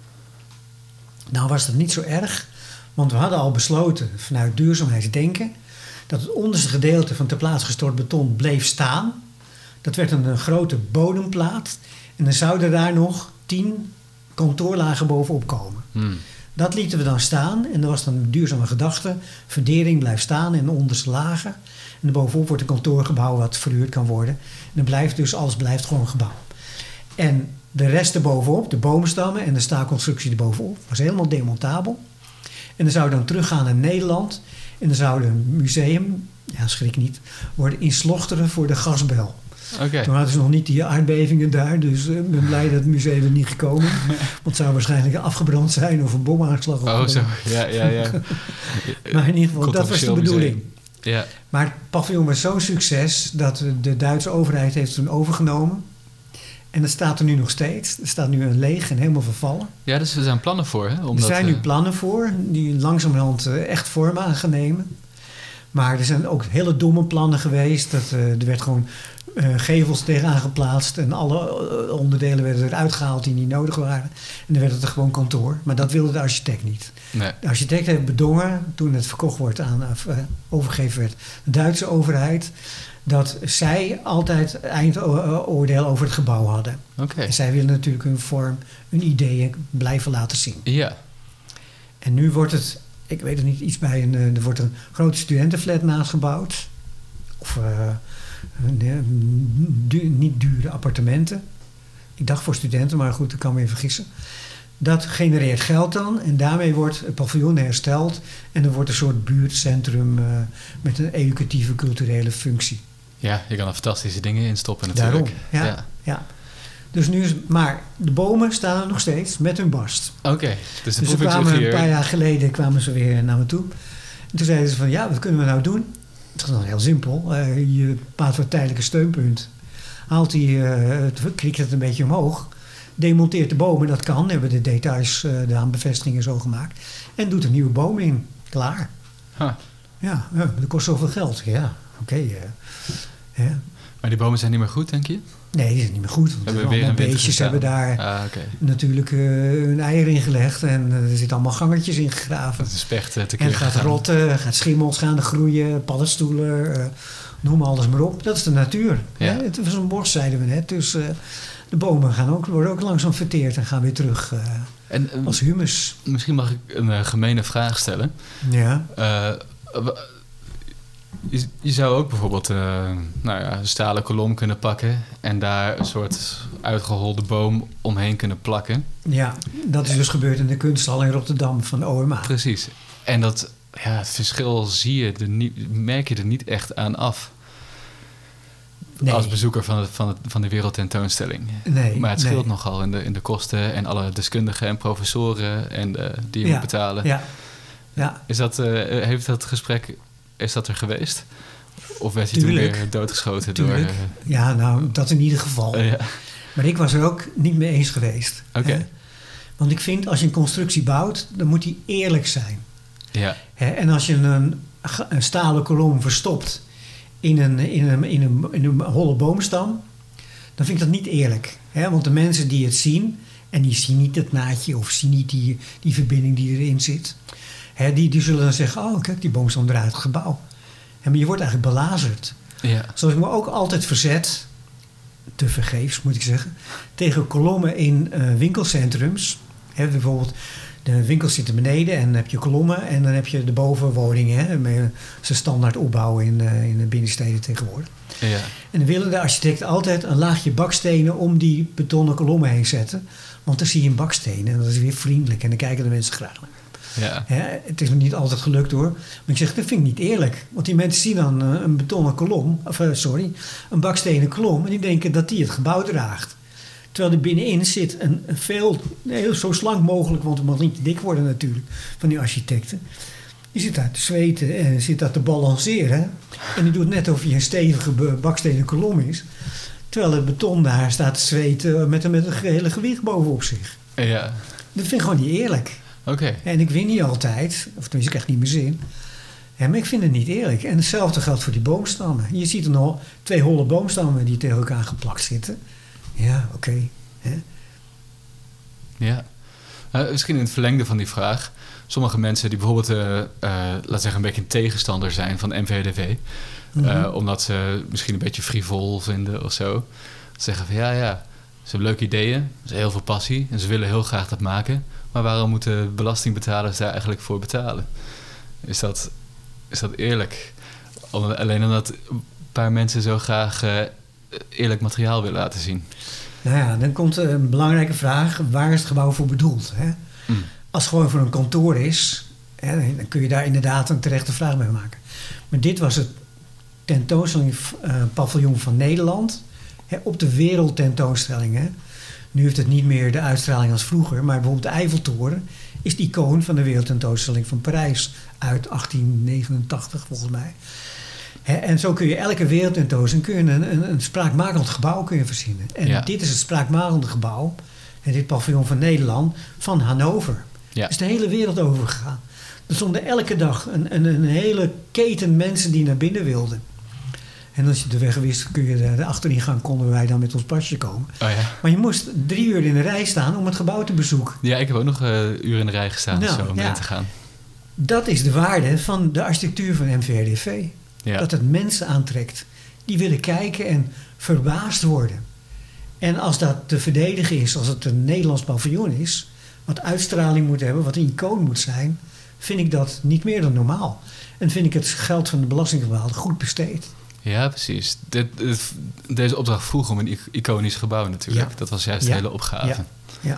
[SPEAKER 3] Nou was dat niet zo erg. Want we hadden al besloten vanuit duurzaamheidsdenken... dat het onderste gedeelte van ter plaatse gestort beton bleef staan. Dat werd een, een grote bodemplaat. En dan zouden daar nog tien kantoorlagen bovenop komen.
[SPEAKER 2] Hmm.
[SPEAKER 3] Dat lieten we dan staan. En dat was dan een duurzame gedachte. Verdering blijft staan in de onderste lagen. En bovenop wordt een kantoorgebouw wat verhuurd kan worden. En dan blijft dus alles blijft gewoon een gebouw. En de rest erbovenop, de boomstammen en de staalconstructie erbovenop... was helemaal demontabel. En dan zou je dan teruggaan naar Nederland. En dan zou een museum, ja schrik niet, worden in Slochteren voor de gasbel.
[SPEAKER 2] Okay.
[SPEAKER 3] Toen hadden ze nog niet die aardbevingen daar. Dus ik uh, ben blij dat het museum er niet gekomen. Want het zou waarschijnlijk afgebrand zijn of een bomaanslag.
[SPEAKER 2] Oh zo, ja, ja, ja.
[SPEAKER 3] Maar in ieder geval, dat was de bedoeling.
[SPEAKER 2] Museum. Ja.
[SPEAKER 3] Maar het paviljoen was zo'n succes dat de Duitse overheid heeft toen overgenomen. En dat staat er nu nog steeds. Er staat nu een leeg en helemaal vervallen.
[SPEAKER 2] Ja, dus er zijn plannen voor, hè? Om
[SPEAKER 3] er
[SPEAKER 2] dat,
[SPEAKER 3] zijn
[SPEAKER 2] uh...
[SPEAKER 3] nu plannen voor, die langzamerhand uh, echt vorm aan gaan nemen. Maar er zijn ook hele domme plannen geweest. Dat, uh, er werd gewoon uh, gevels tegenaan geplaatst. En alle uh, onderdelen werden eruit gehaald die niet nodig waren. En dan werd het er gewoon kantoor. Maar dat wilde de architect niet.
[SPEAKER 2] Nee.
[SPEAKER 3] De architect heeft bedongen, toen het verkocht wordt aan, of, uh, overgegeven werd, de Duitse overheid, dat zij altijd eindoordeel over het gebouw hadden.
[SPEAKER 2] Okay.
[SPEAKER 3] En zij willen natuurlijk hun vorm, hun ideeën blijven laten zien.
[SPEAKER 2] Ja.
[SPEAKER 3] En nu wordt het, ik weet het niet, iets bij een, er wordt een grote studentenflat naast gebouwd. Of uh, du, niet dure appartementen. Ik dacht voor studenten, maar goed, ik kan me even vergissen. Dat genereert geld dan en daarmee wordt het paviljoen hersteld. En er wordt een soort buurtcentrum uh, met een educatieve culturele functie.
[SPEAKER 2] Ja, je kan er fantastische dingen in stoppen natuurlijk.
[SPEAKER 3] Daarom, ja. ja. ja. Dus nu is, maar de bomen staan er nog steeds met hun barst.
[SPEAKER 2] Oké, okay, dus de
[SPEAKER 3] dus ze kwamen een paar jaar geleden kwamen ze weer naar me toe. En toen zeiden ze van, ja, wat kunnen we nou doen? Het is dan heel simpel. Uh, je plaatst wat tijdelijke steunpunt. Haalt die, uh, het, kriekt het een beetje omhoog. Demonteert de bomen, dat kan. Hebben de details, uh, de aanbevestigingen zo gemaakt. En doet een nieuwe boom in. Klaar.
[SPEAKER 2] Huh.
[SPEAKER 3] Ja, uh, dat kost zoveel geld. Ja, oké. Okay, uh, yeah.
[SPEAKER 2] Maar die bomen zijn niet meer goed, denk je?
[SPEAKER 3] Nee, die is niet meer goed. Want
[SPEAKER 2] Hebben
[SPEAKER 3] er
[SPEAKER 2] we weer
[SPEAKER 3] allemaal
[SPEAKER 2] een winter
[SPEAKER 3] beestjes
[SPEAKER 2] gestaan?
[SPEAKER 3] hebben daar
[SPEAKER 2] Ah, oké.
[SPEAKER 3] natuurlijk uh, hun eieren in gelegd. En uh, er zitten allemaal gangetjes in gegraven.
[SPEAKER 2] Dat is specht uh,
[SPEAKER 3] En
[SPEAKER 2] tekeer
[SPEAKER 3] het gaat
[SPEAKER 2] gegaan.
[SPEAKER 3] rotten, gaat schimmels gaan er groeien, paddenstoelen, uh, noem alles maar op. Dat is de natuur.
[SPEAKER 2] Ja.
[SPEAKER 3] Hè? Het was een bos, zeiden we net. Dus uh, de bomen gaan ook, worden ook langzaam verteerd en gaan weer terug uh,
[SPEAKER 2] En, uh,
[SPEAKER 3] als humus.
[SPEAKER 2] Misschien mag ik een uh, gemene vraag stellen.
[SPEAKER 3] Ja.
[SPEAKER 2] Uh, je, je zou ook bijvoorbeeld uh, nou ja, een stalen kolom kunnen pakken en daar een soort uitgeholde boom omheen kunnen plakken.
[SPEAKER 3] ja, dat is dus gebeurd in de kunsthal in Rotterdam van de O M A.
[SPEAKER 2] Precies. En dat, ja, het verschil zie je er niet, merk je er niet echt aan af.
[SPEAKER 3] Nee.
[SPEAKER 2] Als bezoeker van, het, van, het, van de wereldtentoonstelling.
[SPEAKER 3] Nee,
[SPEAKER 2] Maar het scheelt
[SPEAKER 3] nee.
[SPEAKER 2] nogal in de, in de kosten en alle deskundigen en professoren en, uh, die je
[SPEAKER 3] Ja,
[SPEAKER 2] moet betalen.
[SPEAKER 3] Ja, ja.
[SPEAKER 2] Is dat, uh, heeft dat gesprek, is dat er geweest? Of werd hij
[SPEAKER 3] Tuurlijk.
[SPEAKER 2] toen weer doodgeschoten
[SPEAKER 3] Tuurlijk.
[SPEAKER 2] door... Uh,
[SPEAKER 3] Ja, nou, dat in ieder geval.
[SPEAKER 2] uh, ja.
[SPEAKER 3] Maar ik was er ook niet mee eens geweest.
[SPEAKER 2] Oké.
[SPEAKER 3] Hè? Want ik vind, als je een constructie bouwt, dan moet die eerlijk zijn.
[SPEAKER 2] Ja,
[SPEAKER 3] Hè? En als je een, een stalen kolom verstopt in een, in, een, in, een, in een holle boomstam, dan vind ik dat niet eerlijk. Hè? Want de mensen die het zien, en die zien niet het naadje of zien niet die, die verbinding die erin zit, hè? Die, die zullen dan zeggen, oh kijk, die boomstam draait het gebouw. Hè? Maar je wordt eigenlijk belazerd.
[SPEAKER 2] ja.
[SPEAKER 3] Zoals ik me ook altijd verzet, te vergeefs moet ik zeggen, tegen kolommen in uh, winkelcentrums. Hè, bijvoorbeeld, de winkels zitten beneden en dan heb je kolommen en dan heb je de bovenwoningen. Hè, met zijn standaard opbouw in, uh, in de binnensteden tegenwoordig.
[SPEAKER 2] ja.
[SPEAKER 3] En dan willen de architecten altijd een laagje bakstenen om die betonnen kolommen heen zetten. Want dan zie je een baksteen en dat is weer vriendelijk en dan kijken de mensen graag naar.
[SPEAKER 2] ja.
[SPEAKER 3] Hè, het is me niet altijd gelukt hoor. Maar ik zeg, dat vind ik niet eerlijk. Want die mensen zien dan uh, een betonnen kolom, of uh, sorry, een bakstenen kolom. En die denken dat die het gebouw draagt. Terwijl er binnenin zit een, een veel, nee, zo slank mogelijk, want het mag niet te dik worden natuurlijk, van die architecten. Die zit daar te zweten en zit daar te balanceren. En die doet net of je een stevige bakstenen kolom is. Terwijl het beton daar staat te zweten met een, met een gehele gewicht bovenop zich.
[SPEAKER 2] ja.
[SPEAKER 3] Dat vind ik gewoon niet eerlijk.
[SPEAKER 2] Oké. Okay.
[SPEAKER 3] En ik win niet altijd, of tenminste ik krijg niet meer zin. Ja, maar ik vind het niet eerlijk. En hetzelfde geldt voor die boomstammen. Je ziet er nog twee holle boomstammen die tegen elkaar geplakt zitten. Ja, oké. Okay.
[SPEAKER 2] Ja. Uh, misschien in het verlengde van die vraag. Sommige mensen die bijvoorbeeld, uh, uh, laten we zeggen, een beetje een tegenstander zijn van M V D V. Mm-hmm. Uh, omdat ze misschien een beetje frivol vinden of zo. Zeggen van ja, ja, ze hebben leuke ideeën. Ze hebben heel veel passie en ze willen heel graag dat maken. Maar waarom moeten belastingbetalers daar eigenlijk voor betalen? Is dat, is dat eerlijk? Om, alleen omdat een paar mensen zo graag uh, eerlijk materiaal willen laten zien.
[SPEAKER 3] Nou ja, dan komt een belangrijke vraag. Waar is het gebouw voor bedoeld? Hè? Mm. Als het gewoon voor een kantoor is, hè, dan kun je daar inderdaad een terechte vraag bij maken. Maar dit was het tentoonstelling uh, paviljoen van Nederland. Hè, op de wereldtentoonstelling. Hè. Nu heeft het niet meer de uitstraling als vroeger. Maar bijvoorbeeld de Eiffeltoren is de icoon van de wereldtentoonstelling van Parijs. Uit achttien negenentachtig volgens mij. He, en zo kun je elke wereldtentoonstelling kun je een, een, een spraakmakend gebouw kun je verzinnen. En ja. dit is het spraakmakende gebouw. En dit paviljoen van Nederland van Hannover.
[SPEAKER 2] Ja.
[SPEAKER 3] Is de hele wereld overgegaan. Er stonden elke dag een, een, een hele keten mensen die naar binnen wilden. En als je de weg wist, kun je de, de achteringang konden wij dan met ons pasje komen.
[SPEAKER 2] Oh ja.
[SPEAKER 3] Maar je moest drie uur in de rij staan om het gebouw te bezoeken.
[SPEAKER 2] Ja, ik heb ook nog een uh, uur in de rij gestaan nou, zo, om ja. te gaan.
[SPEAKER 3] Dat is de waarde van de architectuur van M V R D V. Ja. Dat het mensen aantrekt. Die willen kijken en verbaasd worden. En als dat te verdedigen is, als het een Nederlands paviljoen is, wat uitstraling moet hebben, wat een icoon moet zijn, vind ik dat niet meer dan normaal. En vind ik het geld van de belastingbetaler goed besteed.
[SPEAKER 2] Ja, precies. Dit, dit, deze opdracht vroeg om een iconisch gebouw natuurlijk. Ja. Dat was juist de ja. hele opgave.
[SPEAKER 3] Ja. ja.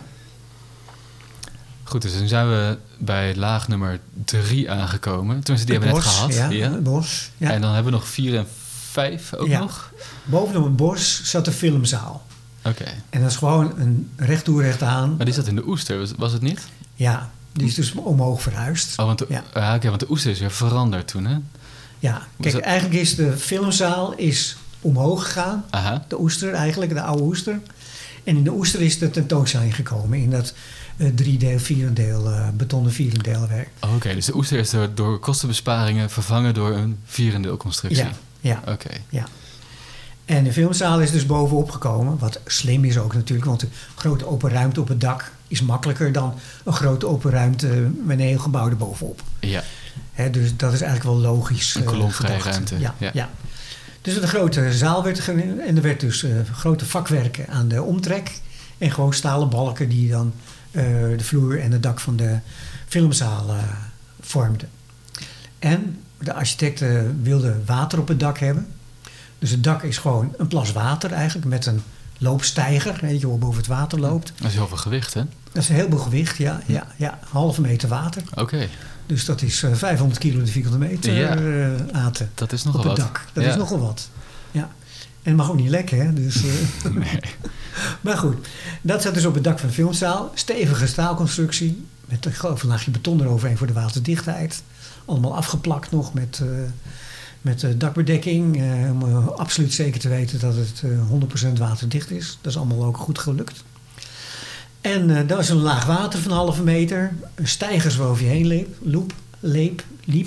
[SPEAKER 2] Goed, dus dan zijn we bij laag nummer drie aangekomen. Toen ze die
[SPEAKER 3] het
[SPEAKER 2] hebben
[SPEAKER 3] bos,
[SPEAKER 2] net gehad.
[SPEAKER 3] Ja,
[SPEAKER 2] ja.
[SPEAKER 3] het bos. Ja.
[SPEAKER 2] En dan hebben we nog vier en vijf ook
[SPEAKER 3] ja.
[SPEAKER 2] nog.
[SPEAKER 3] Bovenop het bos zat de filmzaal.
[SPEAKER 2] Oké. Okay.
[SPEAKER 3] En dat is gewoon een recht toe recht aan.
[SPEAKER 2] Maar die zat in de Oester, was het niet?
[SPEAKER 3] Ja, die is dus omhoog verhuisd.
[SPEAKER 2] Oh, want de,
[SPEAKER 3] ja.
[SPEAKER 2] uh, okay, want de Oester is weer veranderd toen, hè?
[SPEAKER 3] Ja, kijk, dat... eigenlijk is de filmzaal is omhoog gegaan.
[SPEAKER 2] Aha.
[SPEAKER 3] De Oester eigenlijk, de oude Oester. En in de Oester is de tentoonstelling gekomen in dat uh, driedeel, vierendeel, uh, betonnen vierendeelwerk.
[SPEAKER 2] Oh, Oké, okay. Dus de Oester is door, door kostenbesparingen vervangen door een vierendeelconstructie.
[SPEAKER 3] Ja, ja.
[SPEAKER 2] Oké. Okay.
[SPEAKER 3] Ja. En de filmzaal is dus bovenop gekomen. Wat slim is ook natuurlijk, want een grote open ruimte op het dak is makkelijker dan een grote open ruimte met een heel gebouw erbovenop.
[SPEAKER 2] Ja.
[SPEAKER 3] Hè, dus dat is eigenlijk wel logisch.
[SPEAKER 2] Een kolomvrije
[SPEAKER 3] gedacht.
[SPEAKER 2] ruimte.
[SPEAKER 3] Ja,
[SPEAKER 2] ja.
[SPEAKER 3] ja. Dus een grote zaal werd er, en er werd dus uh, grote vakwerken aan de omtrek. En gewoon stalen balken die dan uh, de vloer en het dak van de filmzaal uh, vormden. En de architecten wilden water op het dak hebben. Dus het dak is gewoon een plas water eigenlijk met een loopsteiger, weet je, waar boven het water loopt.
[SPEAKER 2] Dat is heel veel gewicht, hè?
[SPEAKER 3] Dat is heel veel gewicht, ja. ja, ja halve meter water.
[SPEAKER 2] Oké. Okay.
[SPEAKER 3] Dus dat is uh, vijfhonderd kilo de vierkante meter
[SPEAKER 2] ja.
[SPEAKER 3] uh, aten.
[SPEAKER 2] Dat is nogal
[SPEAKER 3] op het
[SPEAKER 2] wat.
[SPEAKER 3] dak. Dat
[SPEAKER 2] ja.
[SPEAKER 3] is nogal wat. Ja. En het mag ook niet lekken, hè? Dus, uh,
[SPEAKER 2] nee.
[SPEAKER 3] Maar goed, dat zat dus op het dak van de filmzaal. Stevige staalconstructie. Met een groot laagje beton eroverheen voor de waterdichtheid. Allemaal afgeplakt nog met, uh, met uh, dakbedekking. Uh, om uh, absoluut zeker te weten dat het uh, honderd procent waterdicht is. Dat is allemaal ook goed gelukt. En uh, dat was een laag water van een halve meter. Een stijgers waarover je heen liep. Loep, leep, liep.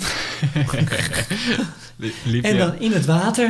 [SPEAKER 2] liep
[SPEAKER 3] en
[SPEAKER 2] ja.
[SPEAKER 3] dan in het water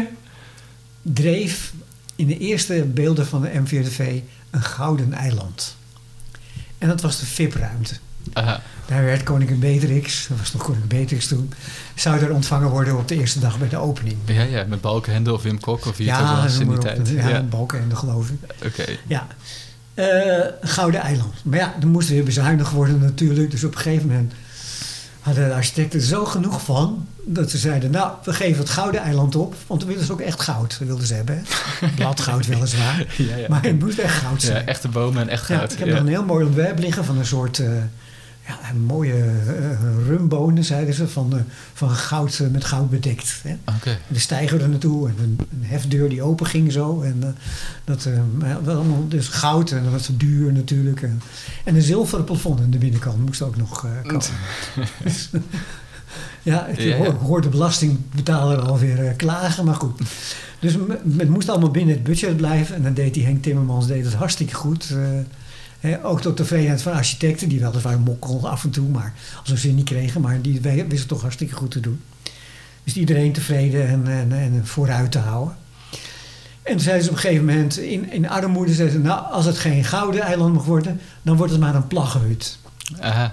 [SPEAKER 3] dreef in de eerste beelden van de M vier D V een gouden eiland. En dat was de V I P-ruimte.
[SPEAKER 2] Aha.
[SPEAKER 3] Daar werd koningin Beatrix, dat was nog koningin Beatrix toen, zou er ontvangen worden op de eerste dag bij de opening.
[SPEAKER 2] Ja, ja, met Balkenende of Wim Kok of wie het
[SPEAKER 3] ja,
[SPEAKER 2] ook was in die
[SPEAKER 3] op,
[SPEAKER 2] tijd.
[SPEAKER 3] Ja,
[SPEAKER 2] ja.
[SPEAKER 3] Balkenende geloof ik.
[SPEAKER 2] Oké. Okay.
[SPEAKER 3] Ja, uh, Gouden Eiland. Maar ja, er moest weer bezuinigd worden natuurlijk. Dus op een gegeven moment hadden de architecten er zo genoeg van dat ze zeiden, nou, we geven het Gouden Eiland op, want we willen ze ook echt goud, wilden ze hebben. Hè? Bladgoud weliswaar,
[SPEAKER 2] ja, ja.
[SPEAKER 3] maar het moest echt goud zijn.
[SPEAKER 2] Ja, echte bomen en echt goud.
[SPEAKER 3] Ja, ik heb
[SPEAKER 2] ja.
[SPEAKER 3] nog een heel mooi ontwerp liggen van een soort uh, ja, een mooie uh, rumbonen, zeiden ze, van, uh, van goud uh, met goud bedekt. Hè?
[SPEAKER 2] Okay.
[SPEAKER 3] De steiger er naartoe en een, een hefdeur die open ging zo. En uh, dat uh, allemaal dus goud en dat was duur natuurlijk. En, en een zilveren plafond aan de binnenkant moest ook nog uh, komen. dus, ja, ik ja, ja. hoor de belastingbetaler alweer uh, klagen, maar goed. Dus het moest allemaal binnen het budget blijven. En dan deed die Henk Timmermans deed het hartstikke goed. Uh, He, ook tot tevredenheid van architecten, die weliswaar mokkelden af en toe, maar als ze niet kregen, maar die wisten het toch hartstikke goed te doen. Dus iedereen tevreden en, en, en vooruit te houden. En toen zeiden ze op een gegeven moment in, in armoede, zeiden ze, nou, als het geen gouden eiland mag worden, dan wordt het maar een plaggenhut.
[SPEAKER 2] Aha.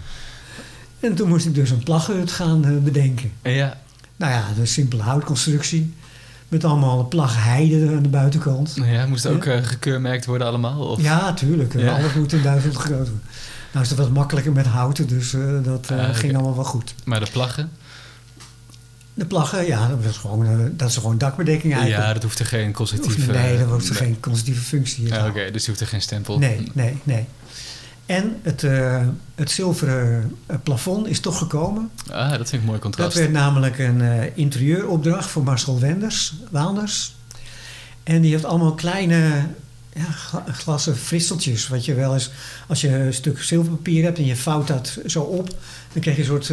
[SPEAKER 3] En toen moest ik dus een plaggenhut gaan uh, bedenken.
[SPEAKER 2] Ja.
[SPEAKER 3] Nou ja, een simpele houtconstructie. Met allemaal plaggenheide aan de buitenkant.
[SPEAKER 2] Ja, moest ook uh, gekeurmerkt worden allemaal? Of?
[SPEAKER 3] Ja, tuurlijk. Ja. Alles moet in Duitsland gegroot worden. Nou is dat wat makkelijker met houten, dus uh, dat uh, uh, ging okay. allemaal wel goed.
[SPEAKER 2] Maar de plaggen?
[SPEAKER 3] De plaggen, ja, dat is gewoon, uh, dat is gewoon dakbedekking eigenlijk.
[SPEAKER 2] Ja, dat hoeft er geen constructieve...
[SPEAKER 3] Hoeft, nee, dat hoeft er nee. geen constructieve functie in.
[SPEAKER 2] Ja, Oké, okay, dus je hoeft er geen stempel...
[SPEAKER 3] Nee, nee, nee. En het, uh, het zilveren uh, plafond is toch gekomen.
[SPEAKER 2] Ah, dat vind ik een mooi contrast.
[SPEAKER 3] Dat werd namelijk een uh, interieuropdracht voor Marcel Wenders, Waanders. En die heeft allemaal kleine ja, glassen frisseltjes. Wat je wel eens, als je een stuk zilverpapier hebt en je vouwt dat zo op, dan krijg je een soort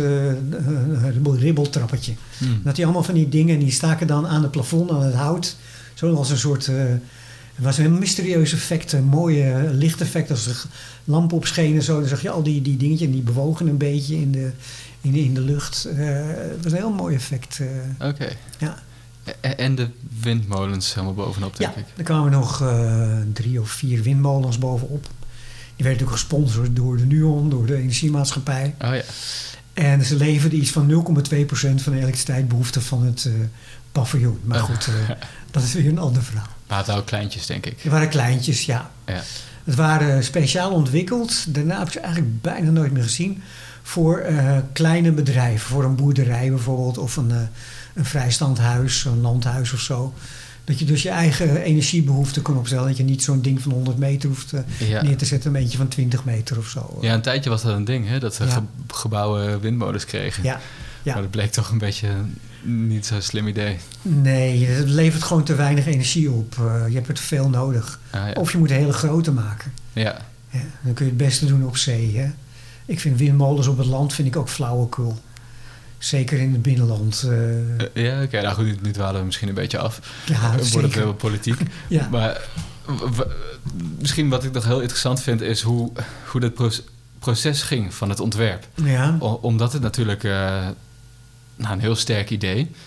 [SPEAKER 3] uh, ribbeltrappetje. Hmm. Dat die allemaal van die dingen, die staken dan aan het plafond, aan het hout. Zoals een soort... Uh, het was een mysterieus effect, een mooie lichteffect. Als er lampen opschenen, zo, dan zag je al die, die dingetjes en die bewogen een beetje in de, in de, in de lucht. Uh, het was een heel mooi effect. Uh,
[SPEAKER 2] Oké. Okay.
[SPEAKER 3] Ja.
[SPEAKER 2] En de windmolens helemaal bovenop, denk
[SPEAKER 3] ja,
[SPEAKER 2] ik.
[SPEAKER 3] Er kwamen nog uh, drie of vier windmolens bovenop. Die werden natuurlijk gesponsord door de NUON, door de energiemaatschappij.
[SPEAKER 2] Oh ja.
[SPEAKER 3] En ze leverden iets van nul komma twee procent van de elektriciteitsbehoefte van het uh, paviljoen. Maar goed, uh, dat is weer een ander verhaal.
[SPEAKER 2] Maar het waren ook kleintjes, denk ik.
[SPEAKER 3] Het waren kleintjes, ja.
[SPEAKER 2] ja.
[SPEAKER 3] Het waren speciaal ontwikkeld. Daarna heb ik ze eigenlijk bijna nooit meer gezien. Voor uh, kleine bedrijven. Voor een boerderij bijvoorbeeld. Of een, uh, een vrijstandhuis, een landhuis of zo. Dat je dus je eigen energiebehoeften kon opstellen. Dat je niet zo'n ding van honderd meter hoeft uh, ja. neer te zetten. Een eentje van twintig meter of zo.
[SPEAKER 2] Ja, een tijdje was dat een ding, hè? Dat ze ja. ge- gebouwen windmolens kregen.
[SPEAKER 3] Ja. ja.
[SPEAKER 2] Maar dat bleek toch een beetje niet zo'n slim idee.
[SPEAKER 3] Nee, het levert gewoon te weinig energie op. Uh, je hebt er te veel nodig.
[SPEAKER 2] Ah, ja.
[SPEAKER 3] Of je moet een hele grote maken.
[SPEAKER 2] Ja.
[SPEAKER 3] ja. Dan kun je het beste doen op zee. Hè? Ik vind windmolens op het land vind ik ook flauwekul. Zeker in het binnenland. Uh...
[SPEAKER 2] Uh, ja, oké. Okay. Nou goed, nu dwalen we misschien een beetje af.
[SPEAKER 3] Ja,
[SPEAKER 2] Dan wordt het heel politiek.
[SPEAKER 3] ja.
[SPEAKER 2] Maar w- w- misschien wat ik nog heel interessant vind is hoe, hoe dat pro- proces ging van het ontwerp.
[SPEAKER 3] Ja.
[SPEAKER 2] O- omdat het natuurlijk uh, nou, een heel sterk idee.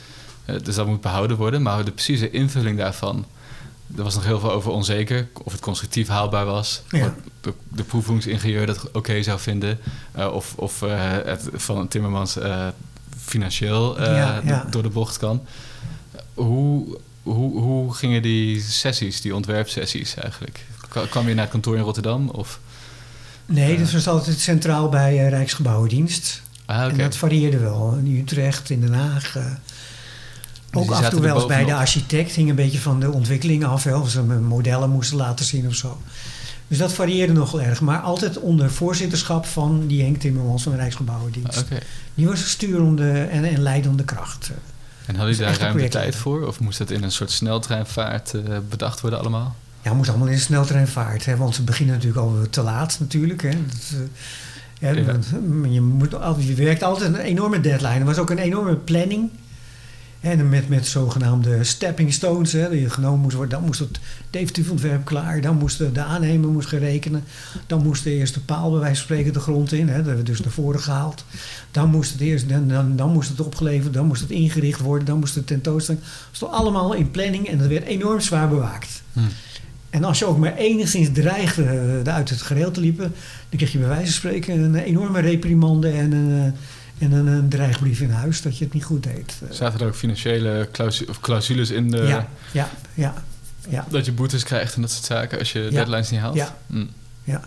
[SPEAKER 2] Uh, dus dat moet behouden worden. Maar de precieze invulling daarvan... Er was nog heel veel over onzeker. Of het constructief haalbaar was.
[SPEAKER 3] Ja.
[SPEAKER 2] Of de, de proefvoedingsingenieur dat oké okay zou vinden. Uh, of of uh, het van Timmermans uh, financieel uh,
[SPEAKER 3] ja, ja.
[SPEAKER 2] door de bocht kan. Hoe, hoe, hoe gingen die sessies, die ontwerpsessies eigenlijk? Kwam je naar het kantoor in Rotterdam? Of,
[SPEAKER 3] nee,
[SPEAKER 2] uh,
[SPEAKER 3] dat was altijd centraal bij uh, Rijksgebouwendienst.
[SPEAKER 2] Ah, okay.
[SPEAKER 3] En dat varieerde wel. In Utrecht, in Den Haag... Uh,
[SPEAKER 2] Dus
[SPEAKER 3] ook af en toe wel eens bij de architect. Hing een beetje van de ontwikkeling af. Hè, of ze modellen moesten laten zien of zo. Dus dat varieerde nogal erg. Maar altijd onder voorzitterschap van die Henk Timmermans van de Rijksgebouwendienst.
[SPEAKER 2] Okay.
[SPEAKER 3] Die was sturende en, en leidende kracht.
[SPEAKER 2] En hadden jullie daar ruim de tijd voor? Of moest dat in een soort sneltreinvaart uh, bedacht worden allemaal?
[SPEAKER 3] Ja, het moest allemaal in een sneltreinvaart. Hè, want ze beginnen natuurlijk al te laat natuurlijk. Hè. Dat, uh, ja, ja. Je, moet, je werkt altijd een enorme deadline. Er was ook een enorme planning... En met, met zogenaamde stepping stones, hè, die genomen moest worden. Dan moest het definitief ontwerp klaar. Dan moest de, de aannemer moest gerekenen. Dan moest de eerste paal bij wijze van spreken de grond in. Hè, dat hebben we dus naar voren gehaald. Dan moest het eerst, dan, dan, dan moest het opgeleverd. Dan moest het ingericht worden. Dan moest het tentoonstelling. Dat stond allemaal in planning en dat werd enorm zwaar bewaakt. Hm. En als je ook maar enigszins dreigde uit het gereel te liepen... dan kreeg je bij wijze van spreken een enorme reprimande en een... En een, een dreigbrief in huis dat je het niet goed deed.
[SPEAKER 2] Zaten er ook financiële clausu- of clausules in? De,
[SPEAKER 3] ja, ja, ja, ja.
[SPEAKER 2] Dat je boetes krijgt en dat soort zaken als je
[SPEAKER 3] ja.
[SPEAKER 2] deadlines niet haalt?
[SPEAKER 3] Ja.
[SPEAKER 2] Mm.
[SPEAKER 3] ja.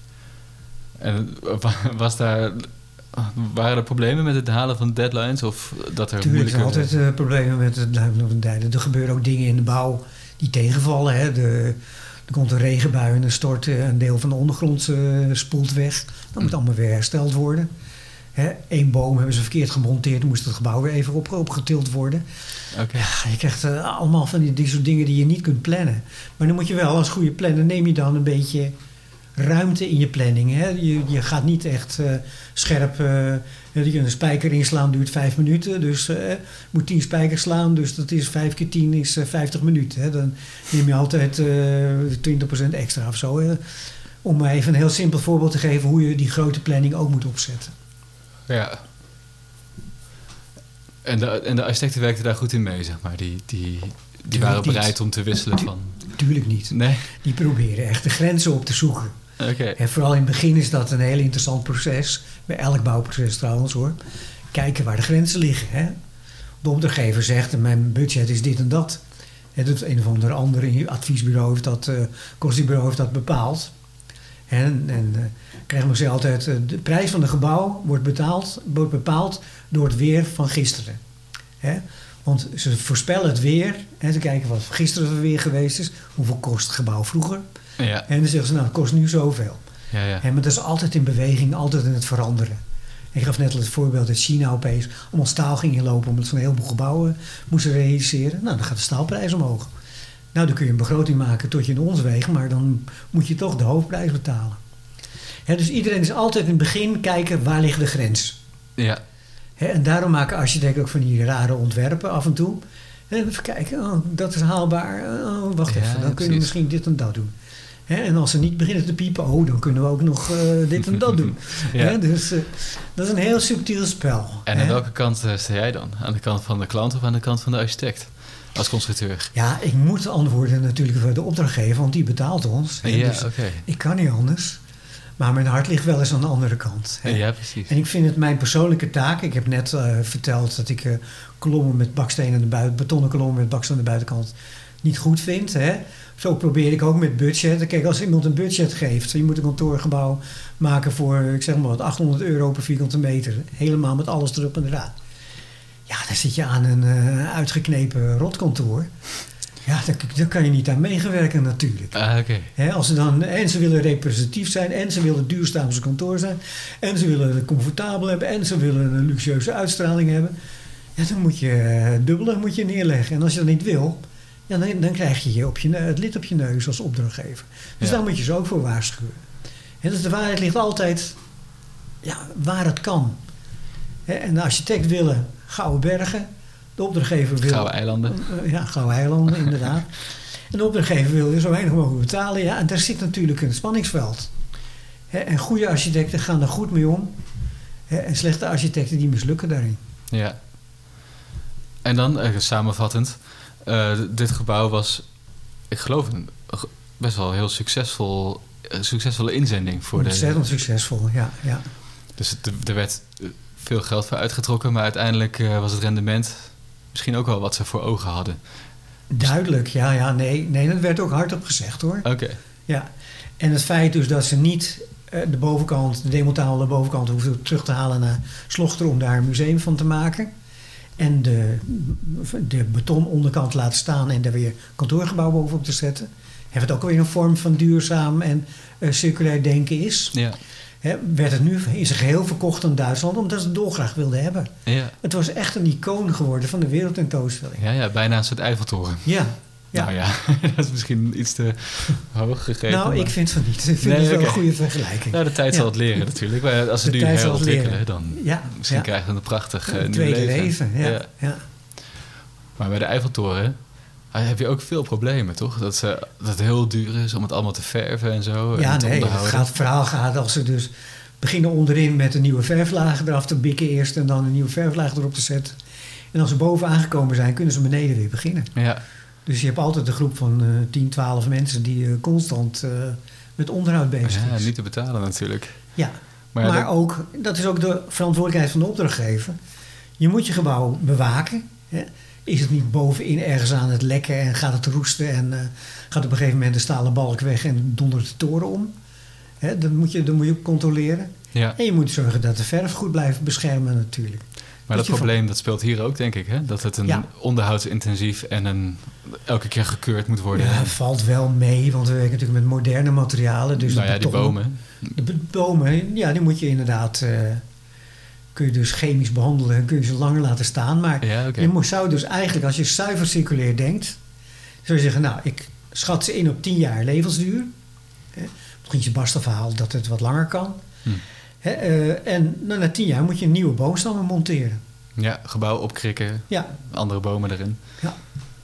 [SPEAKER 2] En was daar, waren er problemen met het halen van deadlines? Of dat er
[SPEAKER 3] Tuurlijk zijn
[SPEAKER 2] moeilijke...
[SPEAKER 3] altijd uh, problemen met het duimen. Er gebeuren ook dingen in de bouw die tegenvallen. Hè. De, er komt een regenbui en dan stort een deel van de ondergrond uh, spoelt weg. Dat mm. moet allemaal weer hersteld worden. Eén boom hebben ze verkeerd gemonteerd, moest het gebouw weer even op, opgetild worden.
[SPEAKER 2] Okay.
[SPEAKER 3] Ja, je krijgt uh, allemaal van die, die soort dingen die je niet kunt plannen. Maar dan moet je wel als goede planner, neem je dan een beetje ruimte in je planning. Hè? Je, je gaat niet echt uh, scherp, uh, je kunt een spijker inslaan, duurt vijf minuten. Dus je uh, moet tien spijkers slaan, dus dat is vijf keer tien is uh, vijftig minuten. Hè? Dan neem je altijd uh, twintig procent extra of zo. Hè? Om maar even een heel simpel voorbeeld te geven hoe je die grote planning ook moet opzetten.
[SPEAKER 2] Ja. En de, en de architecten werkten daar goed in mee, zeg maar. Die, die, die waren bereid niet. om te wisselen van...
[SPEAKER 3] Tuurlijk niet.
[SPEAKER 2] Nee?
[SPEAKER 3] Die proberen echt de grenzen op te zoeken.
[SPEAKER 2] Okay.
[SPEAKER 3] En vooral in het begin is dat een heel interessant proces. Bij elk bouwproces trouwens hoor. Kijken waar de grenzen liggen. Hè? De opdrachtgever zegt, mijn budget is dit en dat. Het doet een of ander andere adviesbureau heeft dat, uh, kostenbureau heeft dat bepaald. En, en uh, krijgen we ze altijd, uh, de prijs van het gebouw wordt, betaald, wordt bepaald door het weer van gisteren. Hè? Want ze voorspellen het weer en ze kijken wat gisteren het weer geweest is. Hoeveel kost het gebouw vroeger?
[SPEAKER 2] Ja.
[SPEAKER 3] En dan zeggen ze, nou, het kost nu zoveel.
[SPEAKER 2] Ja, ja.
[SPEAKER 3] En, maar dat is altijd in beweging, altijd in het veranderen. Ik gaf net het voorbeeld dat China opeens allemaal staal ging inlopen omdat ze een heleboel gebouwen moesten realiseren. Nou, dan gaat de staalprijs omhoog. Nou, dan kun je een begroting maken tot je in ons weegt, maar dan moet je toch de hoofdprijs betalen. He, dus iedereen is altijd in het begin kijken waar ligt de grens.
[SPEAKER 2] Ja.
[SPEAKER 3] He, en daarom maken architecten ook van die rare ontwerpen af en toe. He, even kijken, oh, dat is haalbaar. Oh, wacht
[SPEAKER 2] ja,
[SPEAKER 3] even, dan
[SPEAKER 2] ja,
[SPEAKER 3] kunnen we misschien dit en dat doen. He, en als ze niet beginnen te piepen, oh, dan kunnen we ook nog uh, dit en dat doen. Ja. He, dus uh, dat is een heel subtiel spel.
[SPEAKER 2] En aan welke kant uh, sta jij dan? Aan de kant van de klant of aan de kant van de architect? Als constructeur.
[SPEAKER 3] Ja, ik moet antwoorden natuurlijk voor de opdrachtgever, want die betaalt ons. Hè,
[SPEAKER 2] ja,
[SPEAKER 3] dus
[SPEAKER 2] okay.
[SPEAKER 3] Ik kan niet anders. Maar mijn hart ligt wel eens aan de andere kant. Hè.
[SPEAKER 2] Ja, precies.
[SPEAKER 3] En ik vind het mijn persoonlijke taak. Ik heb net uh, verteld dat ik uh, kolommen met baksteen aan de buiten, betonnen kolommen met baksteen aan de buitenkant niet goed vind. Hè. Zo probeer ik ook met budget. Kijk, als iemand een budget geeft, je moet een kantoorgebouw maken voor, ik zeg maar wat, achthonderd euro per vierkante meter. Helemaal met alles erop en eraan. Ja, dan zit je aan een uh, uitgeknepen rotkantoor. Ja, daar, daar kan je niet aan meegewerken natuurlijk.
[SPEAKER 2] Ah, okay.
[SPEAKER 3] He, als ze dan, en ze willen representatief zijn, en ze willen duurzaam als kantoor zijn, en ze willen het comfortabel hebben, en ze willen een luxueuze uitstraling hebben. Ja, dan moet je uh, dubbele moet je neerleggen. En als je dat niet wil, ja, dan, dan krijg je, op je het lid op je neus als opdrachtgever. Dus ja. Daar moet je ze ook voor waarschuwen. En dus de waarheid ligt altijd ja, waar het kan. He, en de architect willen Gouden Bergen. De opdrachtgever wil...
[SPEAKER 2] Gouden eilanden.
[SPEAKER 3] Uh, ja, Gouden eilanden, inderdaad. En de opdrachtgever wil zo weinig mogelijk betalen. Ja, en daar zit natuurlijk een spanningsveld. He, en goede architecten gaan er goed mee om. He, en slechte architecten die mislukken daarin.
[SPEAKER 2] Ja. En dan, uh, samenvattend, uh, dit gebouw was, ik geloof, een best wel heel succesvol, uh, succesvolle inzending voor de.
[SPEAKER 3] Ontzettend succesvol, ja, ja.
[SPEAKER 2] Dus het, er werd veel geld voor uitgetrokken, maar uiteindelijk uh, was het rendement misschien ook wel wat ze voor ogen hadden.
[SPEAKER 3] Duidelijk, ja, ja, nee, nee, dat werd ook hardop gezegd, hoor.
[SPEAKER 2] Oké. Okay.
[SPEAKER 3] Ja, en het feit dus dat ze niet uh, de bovenkant, de demontabele bovenkant hoefden terug te halen naar Slochter om daar een museum van te maken. En de, de beton onderkant laten staan en daar weer kantoorgebouw bovenop te zetten. Heeft het ook alweer een vorm van duurzaam en uh, circulair denken is.
[SPEAKER 2] Ja.
[SPEAKER 3] He, werd het nu in zijn geheel verkocht aan Duitsland omdat ze het dolgraag wilden hebben.
[SPEAKER 2] Ja.
[SPEAKER 3] Het was echt een icoon geworden van de wereldtentoonstelling.
[SPEAKER 2] Ja, ja, bijna een soort Eiffeltoren.
[SPEAKER 3] Ja. Ja.
[SPEAKER 2] Nou ja, dat is misschien iets te hoog gegeven.
[SPEAKER 3] Nou,
[SPEAKER 2] maar...
[SPEAKER 3] ik vind van niet. Ik vind
[SPEAKER 2] nee,
[SPEAKER 3] het wel
[SPEAKER 2] okay.
[SPEAKER 3] een goede vergelijking.
[SPEAKER 2] Nou, de tijd
[SPEAKER 3] ja.
[SPEAKER 2] zal het leren natuurlijk. Maar als ze nu herontwikkelen, dan
[SPEAKER 3] ja.
[SPEAKER 2] misschien
[SPEAKER 3] ja.
[SPEAKER 2] krijgen we een prachtig uh,
[SPEAKER 3] een
[SPEAKER 2] nieuw
[SPEAKER 3] tweede
[SPEAKER 2] leven.
[SPEAKER 3] leven. Ja. Ja. Ja.
[SPEAKER 2] Maar bij de Eiffeltoren heb je ook veel problemen, toch? Dat, ze, dat het heel duur is om het allemaal te verven en zo.
[SPEAKER 3] Ja,
[SPEAKER 2] en te
[SPEAKER 3] nee, het, gaat, het verhaal gaat als ze dus beginnen onderin met een nieuwe verflaag eraf te bikken eerst en dan een nieuwe verflaag erop te zetten. En als ze boven aangekomen zijn, kunnen ze beneden weer beginnen.
[SPEAKER 2] Ja.
[SPEAKER 3] Dus je hebt altijd een groep van uh, tien, twaalf mensen die uh, constant uh, met onderhoud bezig
[SPEAKER 2] ja,
[SPEAKER 3] is.
[SPEAKER 2] niet te betalen natuurlijk.
[SPEAKER 3] Ja,
[SPEAKER 2] maar, ja,
[SPEAKER 3] maar
[SPEAKER 2] dat...
[SPEAKER 3] ook, dat is ook de verantwoordelijkheid van de opdrachtgever. Je moet je gebouw bewaken. Hè. Is het niet bovenin ergens aan het lekken en gaat het roesten en uh, gaat op een gegeven moment de stalen balk weg en dondert de toren om. Hè, dat moet je, dat moet je controleren.
[SPEAKER 2] Ja.
[SPEAKER 3] En je moet zorgen dat de verf goed blijft beschermen natuurlijk.
[SPEAKER 2] Maar dat, dat probleem van... dat speelt hier ook, denk ik, hè? Dat het een ja. onderhoudsintensief en een, elke keer gekeurd moet worden.
[SPEAKER 3] Ja, valt wel mee, want we werken natuurlijk met moderne materialen. Dus
[SPEAKER 2] nou ja,
[SPEAKER 3] beton,
[SPEAKER 2] die bomen.
[SPEAKER 3] De bomen, ja, die moet je inderdaad... Uh, kun je dus chemisch behandelen en kun je ze langer laten staan. Maar
[SPEAKER 2] ja, okay.
[SPEAKER 3] je moet, zou dus eigenlijk, als je zuiver circulair denkt... zou je zeggen, nou, ik schat ze in op tien jaar levensduur. Misschien is je barstenverhaal dat het wat langer kan.
[SPEAKER 2] Hm.
[SPEAKER 3] He, uh, en nou, na tien jaar moet je nieuwe boomstammen monteren.
[SPEAKER 2] Ja, gebouw opkrikken,
[SPEAKER 3] ja.
[SPEAKER 2] andere bomen erin.
[SPEAKER 3] Ja.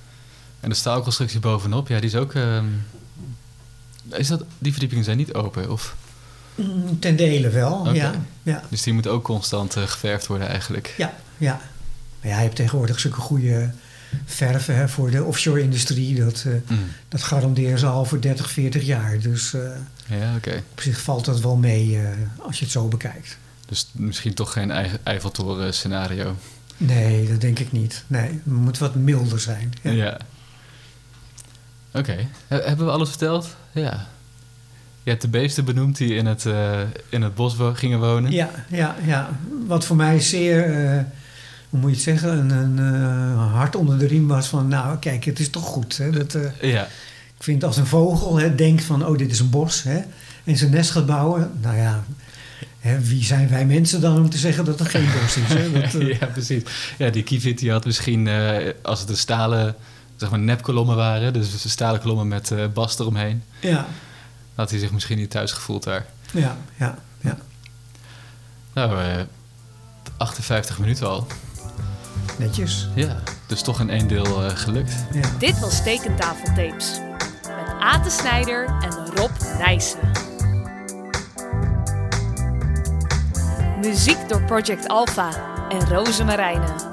[SPEAKER 2] En de staalconstructie bovenop, ja, die is ook... Uh, is dat, die verdiepingen zijn niet open, of...
[SPEAKER 3] Ten dele wel, okay. ja, ja.
[SPEAKER 2] Dus die moet ook constant uh, geverfd worden eigenlijk.
[SPEAKER 3] Ja, ja. Maar ja, je hebt tegenwoordig zulke goede verven hè, voor de offshore-industrie. Dat, uh, mm. dat garanderen ze al voor dertig, veertig jaar. Dus uh,
[SPEAKER 2] ja, okay.
[SPEAKER 3] op zich valt dat wel mee uh, als je het zo bekijkt.
[SPEAKER 2] Dus misschien toch geen Eiffeltoren scenario?
[SPEAKER 3] Nee, dat denk ik niet. Nee, het moet wat milder zijn. Ja.
[SPEAKER 2] ja. Oké. Okay. Hebben we alles verteld? Ja. Je hebt de beesten benoemd die in het, uh, in het bos wo- gingen wonen.
[SPEAKER 3] Ja, ja, ja. Wat voor mij zeer, uh, hoe moet je het zeggen, een, een uh, hart onder de riem was van... nou, kijk, het is toch goed. Hè, dat, uh,
[SPEAKER 2] ja.
[SPEAKER 3] Ik vind als een vogel hè, denkt van, oh, dit is een bos. Hè, en zijn nest gaat bouwen. Nou ja, hè, wie zijn wij mensen dan om te zeggen dat er geen bos is? Hè? Dat, uh...
[SPEAKER 2] ja, precies. Ja, die kievit die had misschien, uh, als het de stalen, zeg maar, nepkolommen waren... dus de stalen kolommen met uh, bast eromheen...
[SPEAKER 3] Ja.
[SPEAKER 2] had hij zich misschien niet thuis gevoeld daar.
[SPEAKER 3] Ja, ja, ja.
[SPEAKER 2] Nou, uh, achtenvijftig minuten al.
[SPEAKER 3] Netjes.
[SPEAKER 2] Ja, dus toch in één deel uh, gelukt.
[SPEAKER 1] Ja. Dit was Tekentafeltapes. Met Aad de Snijder en Rob Nijssen. Muziek door Project Alpha en Roze Marijnen.